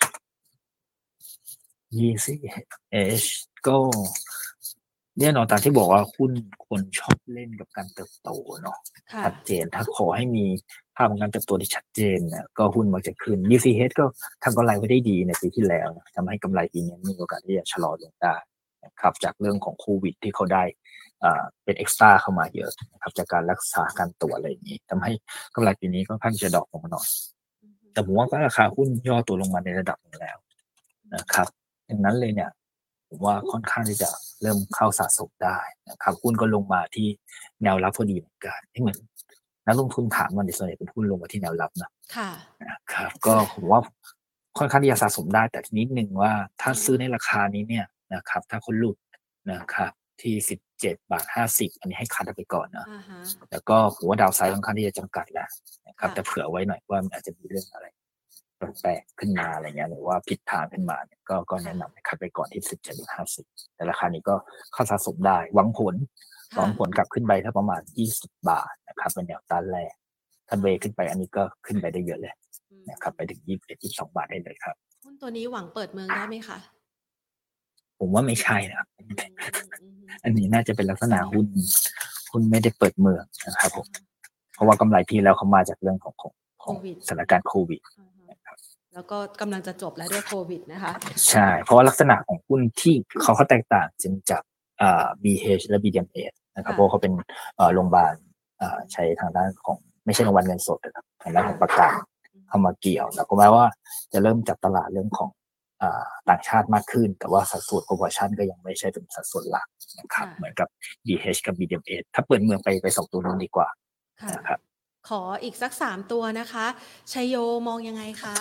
บี ซี เอช ก็เนี่ยนอนตามที่บอกว่าหุ้นคนชอบเล่นกับการเติบโตเนาะชัดเจนถ้าขอให้มีภาพของการเติบโตที่ชัดเจนเนี่ยก็หุ้นมักจะขึ้น บี ซี เอช ก็ทำกำไรไว้ได้ดีในปีที่แล้วทำให้กำไรปีนี้มีโอกาสที่จะชะลอลงได้นะครับจากเรื่องของโควิดที่เขาได้เป็นเอ็กซ์ตร้าเข้ามาเยอะนะครับจากการรักษาการตรวจอะไรอย่างนี้ทำให้กำไรปีนี้ก็ค่อนข้างจะดรอปลงมาหน่อยแต่ผมว่าก็ราคาหุ้นย่อตัวลงมาในระดับนึงแล้วนะครับในอย่างนั้นเลยเนี่ยผมว่าค่อนข้างที่จะเริ่มเข้าสะสมได้นะครับหุ้นก็ลงมาที่แนวรับพอดีเหมือนกันที่เหมือนนักลงทุนถามมันส่วนใหญ่เป็นหุ้นลงมาที่แนวรับนะค่ะนะครับก็ผมว่าค่อนข้างที่จะสะสมได้แต่นิดนึงว่าถ้าซื้อในราคานี้เนี่ยนะครับถ้าคนหลุดนะครับที่สิบเจ็ดบาทห้าสิบอันนี้ให้คัดไปก่อนนะแล้วก็ผมว่าดาวไซด์ค่อนข้างที่จะจำกัดแล้วนะครับแต่เผื่อไว้หน่อยว่ามันอาจจะมีเรื่องอะไรแปลกๆขึ้นมาอะไรเงี้ยหรือว่าผิดทางขึ้นมาเนี่ยก็ก็แนะนำให้คัดไปก่อนที่สิบเจ็ดหรือห้าสิบแต่ราคานี้ก็เข้าสะสมได้หวังผลหวังผลกลับขึ้นไปถ้าประมาณยี่สิบบาทนะครับเป็นแนวต้านแรกถ้าเบรกขึ้นไปอันนี้ก็ขึ้นไปได้เยอะเลยนะครับไปถึงยี่สิบเอ็ด ยี่สิบสองบาทได้เลยครับหุ้นตัวนี้หวังเปิดเมืองได้ไหมคะผมว่าไม่ใช่นะอันนี้น่าจะเป็นลักษณะหุ้นหุ้นไม่ได้เปิดเมืองนะครับผมเพราะว่ากำไรพี่แล้วเขามาจากเรื่องของของของสถานการณ์โควิดแล้วก็กำลังจะจบแล้วด้วยโควิดนะคะใช่เพราะว่าลักษณะของหุ้นที่เขาเขาแตกต่างจึงจากอ่า บี เอช และ บี ดี เอ็ม เอส นะครับเพราะเขาเป็นโรงพยาบาลใช้ทางด้านของไม่ใช่โรงพยาบาลเงินสดนะครับทางด้านของประกันเข้ามาเกี่ยวแล้วก็แม้ว่าจะเริ่มจับตลาดเรื่องของต่างชาติมากขึ้นแต่ว่าสัดส่วน proportion ก็ยังไม่ใช่เป็นสัดส่วนหลักนะครับเหมือนกับ บี เอช กับ บี ดี เอ็ม เอส ถ้าเปิดเมืองไปไปสองตัวนู้นดีกว่านะครับขออีกสักสามตัวนะคะชัยโยมองยังไงคะ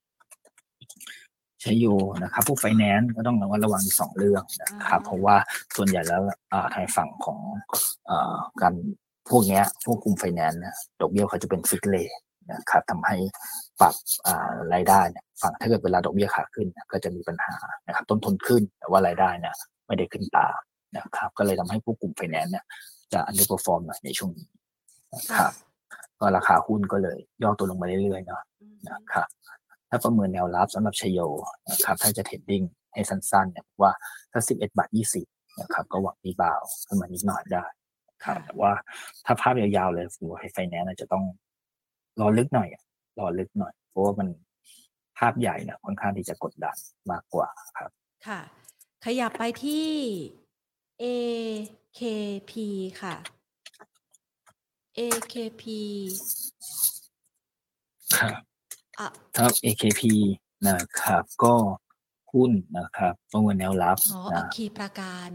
ชัยโยนะครับพวกไฟแนนซ์ก็ต้องระวังระวังอีกสองเรื่องนะครับเพราะว่าส่วนใหญ่แล้วทางฝั่งของการพวกนี้พวกกลุ่มไฟแนนซ์ดอกเบี้ยเขาจะเป็นฟิกเรทนะครับทำให้ปรับรายได้เนี่ยฝั่งถ้าเกิดเวลาดอกเบี้ยขาขึ้นก็จะมีปัญหานะครับต้นทุนขึ้นแต่ว่ารายได้เนี่ยไม่ได้ขึ้นตามนะครับก็เลยทำให้พวกกลุ่มไฟแนนซ์เนี่ยจะ underperform หน่อยในช่วงนี้นะครับก็ราคาหุ้นก็เลยย่อตัวลงมาเรื่อยๆเนาะนะครับถ้าประเมินแนวรับสำหรับชัยโยนะครับถ้าจะเทรดดิ้งให้สั้นๆเนี่ยว่าถ้าสิบเอ็ดบาทยี่สิบนะครับก็หวังรีบาวขึ้นมานิดหน่อยได้ครับแต่ว่าถ้าภาพยาวๆเลยฟูให้ไฟแนนซ์อาจจะต้องรอลึกหน่อยรอลึกหน่อยเพราะว่ามันภาพใหญ่เนี่ยค่อนข้างที่จะกดดันมากกว่าครับค่ะขยับไปที่ เอ เค พี ค่ะ เอ เค พีครับครับ เอ เค พี นะครับก็หุ้นนะครับประเมินแนวรับอ๋ออัคคีประการ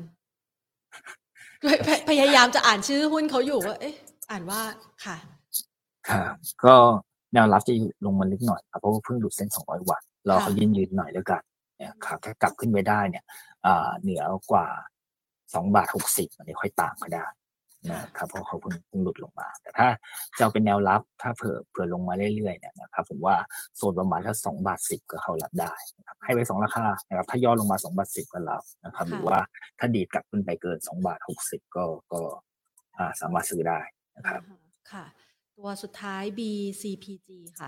พยายามจะอ่านชื่อหุ้นเขาอยู่ว่าเอ๊ะอ่านว่าค่ะครับก็แนวรับจะลงมาลึกหน่อยครับเพราะว่าเพิ่งหลุดเส้นสองร้อยวัตต์รอเขายืนยืนหน่อยแล้วกันนะครับถ้ากลับขึ้นไปได้เนี่ยเหนือกว่าสองบาทหกสิบอันนี้ค่อยตามก็ได้นะครับเพราะเขาเพิ่งเพิ่งหลุดลงมาแต่ถ้าจะเอาเป็นแนวรับถ้าเผื่อเผื่อลงมาเรื่อยๆเนี่ยนะครับผมว่าโซนประมาณถ้าสองบาทสิบก็เข้ารับได้นะครับให้ไปสองราคานะครับถ้าย่อลงมาสองบาทสิบก็รับนะครับหรือว่าถ้าดีดกลับขึ้นไปเกินสองบาทหกสิบก็ก็สามารถซื้อได้นะครับค่ะตัวสุดท้าย บี ซี พี จี ค่ะ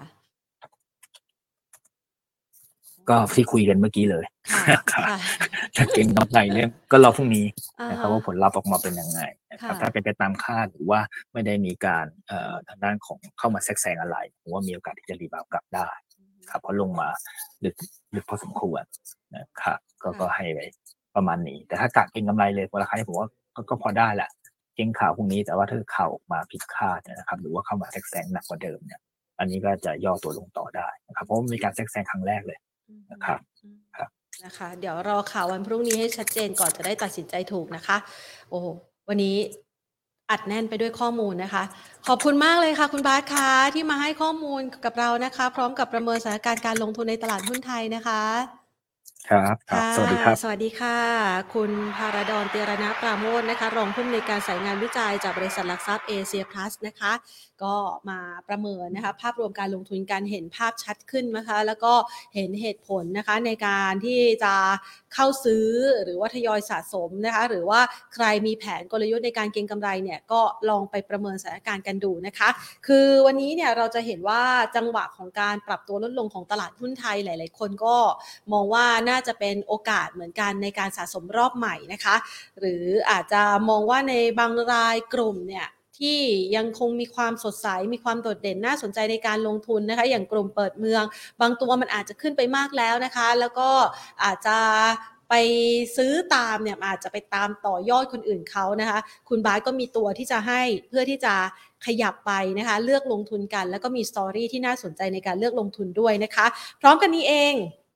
ก็ที่คุยกันเมื่อกี้เลยถ้าเก่งกำไรเรื่องก็รอพรุ่งนี้นะครับว่าผลลัพธ์ออกมาเป็นยังไงนะครับถ้าเป็นไปตามคาดหรือว่าไม่ได้มีการทางด้านของเข้ามาแทรกแซงอะไรผมว่ามีโอกาสที่จะรีบาวกลับได้ครับเพราะลงมาลึกลึกพอสมควรนะครับก็ก็ให้ไปประมาณนี้แต่ถ้ากะเก็งกำไรเลยราคาที่ผมว่าก็พอได้แหละเก่งข่าวพรุ่งนี้แต่ว่าถ้าข่าวออกมาผิดคาดนะครับหรือว่าเข้ามาแทรกแซงหนักกว่าเดิมเนี่ยอันนี้ก็จะย่อตัวลงต่อได้นะครับเพราะมีการแทรกแซงครั้งแรกเลยนะครับครับนะคะเดี๋ยวรอข่าววันพรุ่งนี้ให้ชัดเจนก่อนจะได้ตัดสินใจถูกนะคะโอ้วันนี้อัดแน่นไปด้วยข้อมูลนะคะขอบคุณมากเลยค่ะคุณบาสค่ะที่มาให้ข้อมูลกับเรานะคะพร้อมกับประเมินสถานการณ์การลงทุนในตลาดหุ้นไทยนะคะครับสวัสดีครับสวัสดีค่ะคุณภารดรเตียรณปราโมชนะคะรองผู้อำนวยการสายงานวิจัยจากบริษัทหลักทรัพย์เอเชียพลัสนะคะก็มาประเมินนะคะภาพรวมการลงทุนการเห็นภาพชัดขึ้นนะคะแล้วก็เห็นเหตุผลนะคะในการที่จะเข้าซื้อหรือว่าทยอยสะสมนะคะหรือว่าใครมีแผนกลยุทธ์ในการเก็งกำไรเนี่ยก็ลองไปประเมินสถานการณ์กันดูนะคะคือวันนี้เนี่ยเราจะเห็นว่าจังหวะของการปรับตัวลดลงของตลาดหุ้นไทยหลายๆคนก็มองว่าน่าจะเป็นโอกาสเหมือนกันในการสะสมรอบใหม่นะคะหรืออาจจะมองว่าในบางรายกลุ่มเนี่ยที่ยังคงมีความสดใสมีความโดดเด่นน่าสนใจในการลงทุนนะคะอย่างกลุ่มเปิดเมืองบางตัวมันอาจจะขึ้นไปมากแล้วนะคะแล้วก็อาจจะไปซื้อตามเนี่ยอาจจะไปตามต่อยอดคนอื่นเขานะคะคุณบาสก็มีตัวที่จะให้เพื่อที่จะขยับไปนะคะเลือกลงทุนกันแล้วก็มีสตอรี่ที่น่าสนใจในการเลือกลงทุนด้วยนะคะพร้อมกันนี้เอง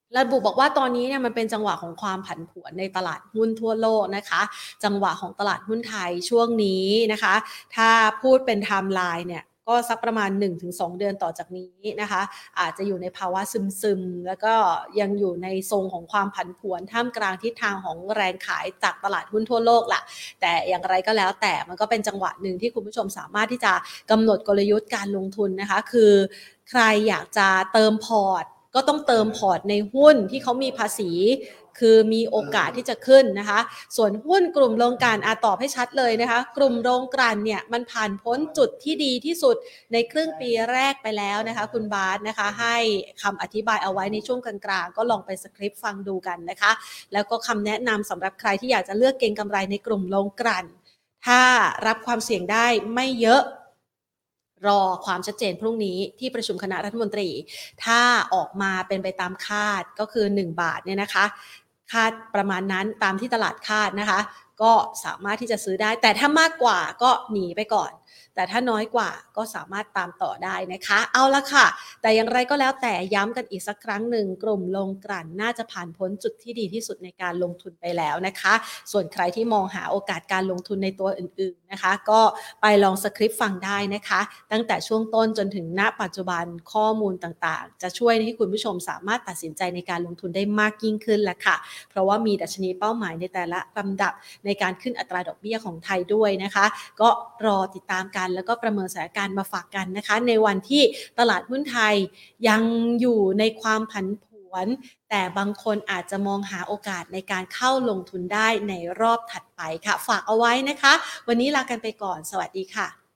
ระบุบอกว่าตอนนี้เนี่ยมันเป็นจังหวะของความผันผวนในตลาดหุ้นทั่วโลกนะคะจังหวะของตลาดหุ้นไทยช่วงนี้นะคะถ้าพูดเป็นไทม์ไลน์เนี่ยก็สักประมาณ หนึ่งถึงสอง เดือนต่อจากนี้นะคะอาจจะอยู่ในภาวะซึมๆแล้วก็ยังอยู่ในทรงของความผันผวนท่ามกลางทิศทางของแรงขายจากตลาดหุ้นทั่วโลกล่ะแต่อย่างไรก็แล้วแต่มันก็เป็นจังหวะหนึ่งที่คุณผู้ชมสามารถที่จะกำหนดกลยุทธ์การลงทุนนะคะคือใครอยากจะเติมพอร์ตก็ต้องเติมพอร์ตในหุ้นที่เขามีภาษีคือมีโอกาสที่จะขึ้นนะคะส่วนหุ้นกลุ่มโรงกลั่นอาตอบให้ชัดเลยนะคะกลุ่มโรงกลั่นเนี่ยมันผ่านพ้นจุดที่ดีที่สุดในครึ่งปีแรกไปแล้วนะคะคุณบาสนะคะให้คำอธิบายเอาไว้ในช่วงกลางๆก็ลองไปสคริปต์ฟังดูกันนะคะแล้วก็คำแนะนำสำหรับใครที่อยากจะเลือกเก็งกำไรในกลุ่มโรงกลั่นถ้ารับความเสี่ยงได้ไม่เยอะรอความชัดเจนพรุ่งนี้ที่ประชุมคณะรัฐมนตรีถ้าออกมาเป็นไปตามคาดก็คือหนึ่งบาทเนี่ยนะคะคาดประมาณนั้นตามที่ตลาดคาดนะคะก็สามารถที่จะซื้อได้แต่ถ้ามากกว่าก็หนีไปก่อนแต่ถ้าน้อยกว่าก็สามารถตามต่อได้นะคะเอาละค่ะแต่อย่างไรก็แล้วแต่ย้ำกันอีกสักครั้งหนึ่งกลุ่มโรงกลั่นน่าจะผ่านพ้นจุดที่ดีที่สุดในการลงทุนไปแล้วนะคะส่วนใครที่มองหาโอกาสการลงทุนในตัวอื่นๆนะคะก็ไปลองสคริปต์ฟังได้นะคะตั้งแต่ช่วงต้นจนถึงณปัจจุบันข้อมูลต่างๆจะช่วยให้คุณผู้ชมสามารถตัดสินใจในการลงทุนได้มากยิ่งขึ้นละค่ะเพราะว่ามีดัชนีเป้าหมายในแต่ละลำดับในการขึ้นอัตราดอกเบี้ยของไทยด้วยนะคะก็รอติดตามกันแล้วก็ประเมินสถานการณ์มาฝากกันนะคะในวันที่ตลาดหุ้นไทยยังอยู่ในความผันผวนแต่บางคนอาจจะมองหาโอกาสในการเข้าลงทุนได้ในรอบถัดไปค่ะฝากเอาไว้นะคะวันนี้ลากันไปก่อนสวัสดีค่ะ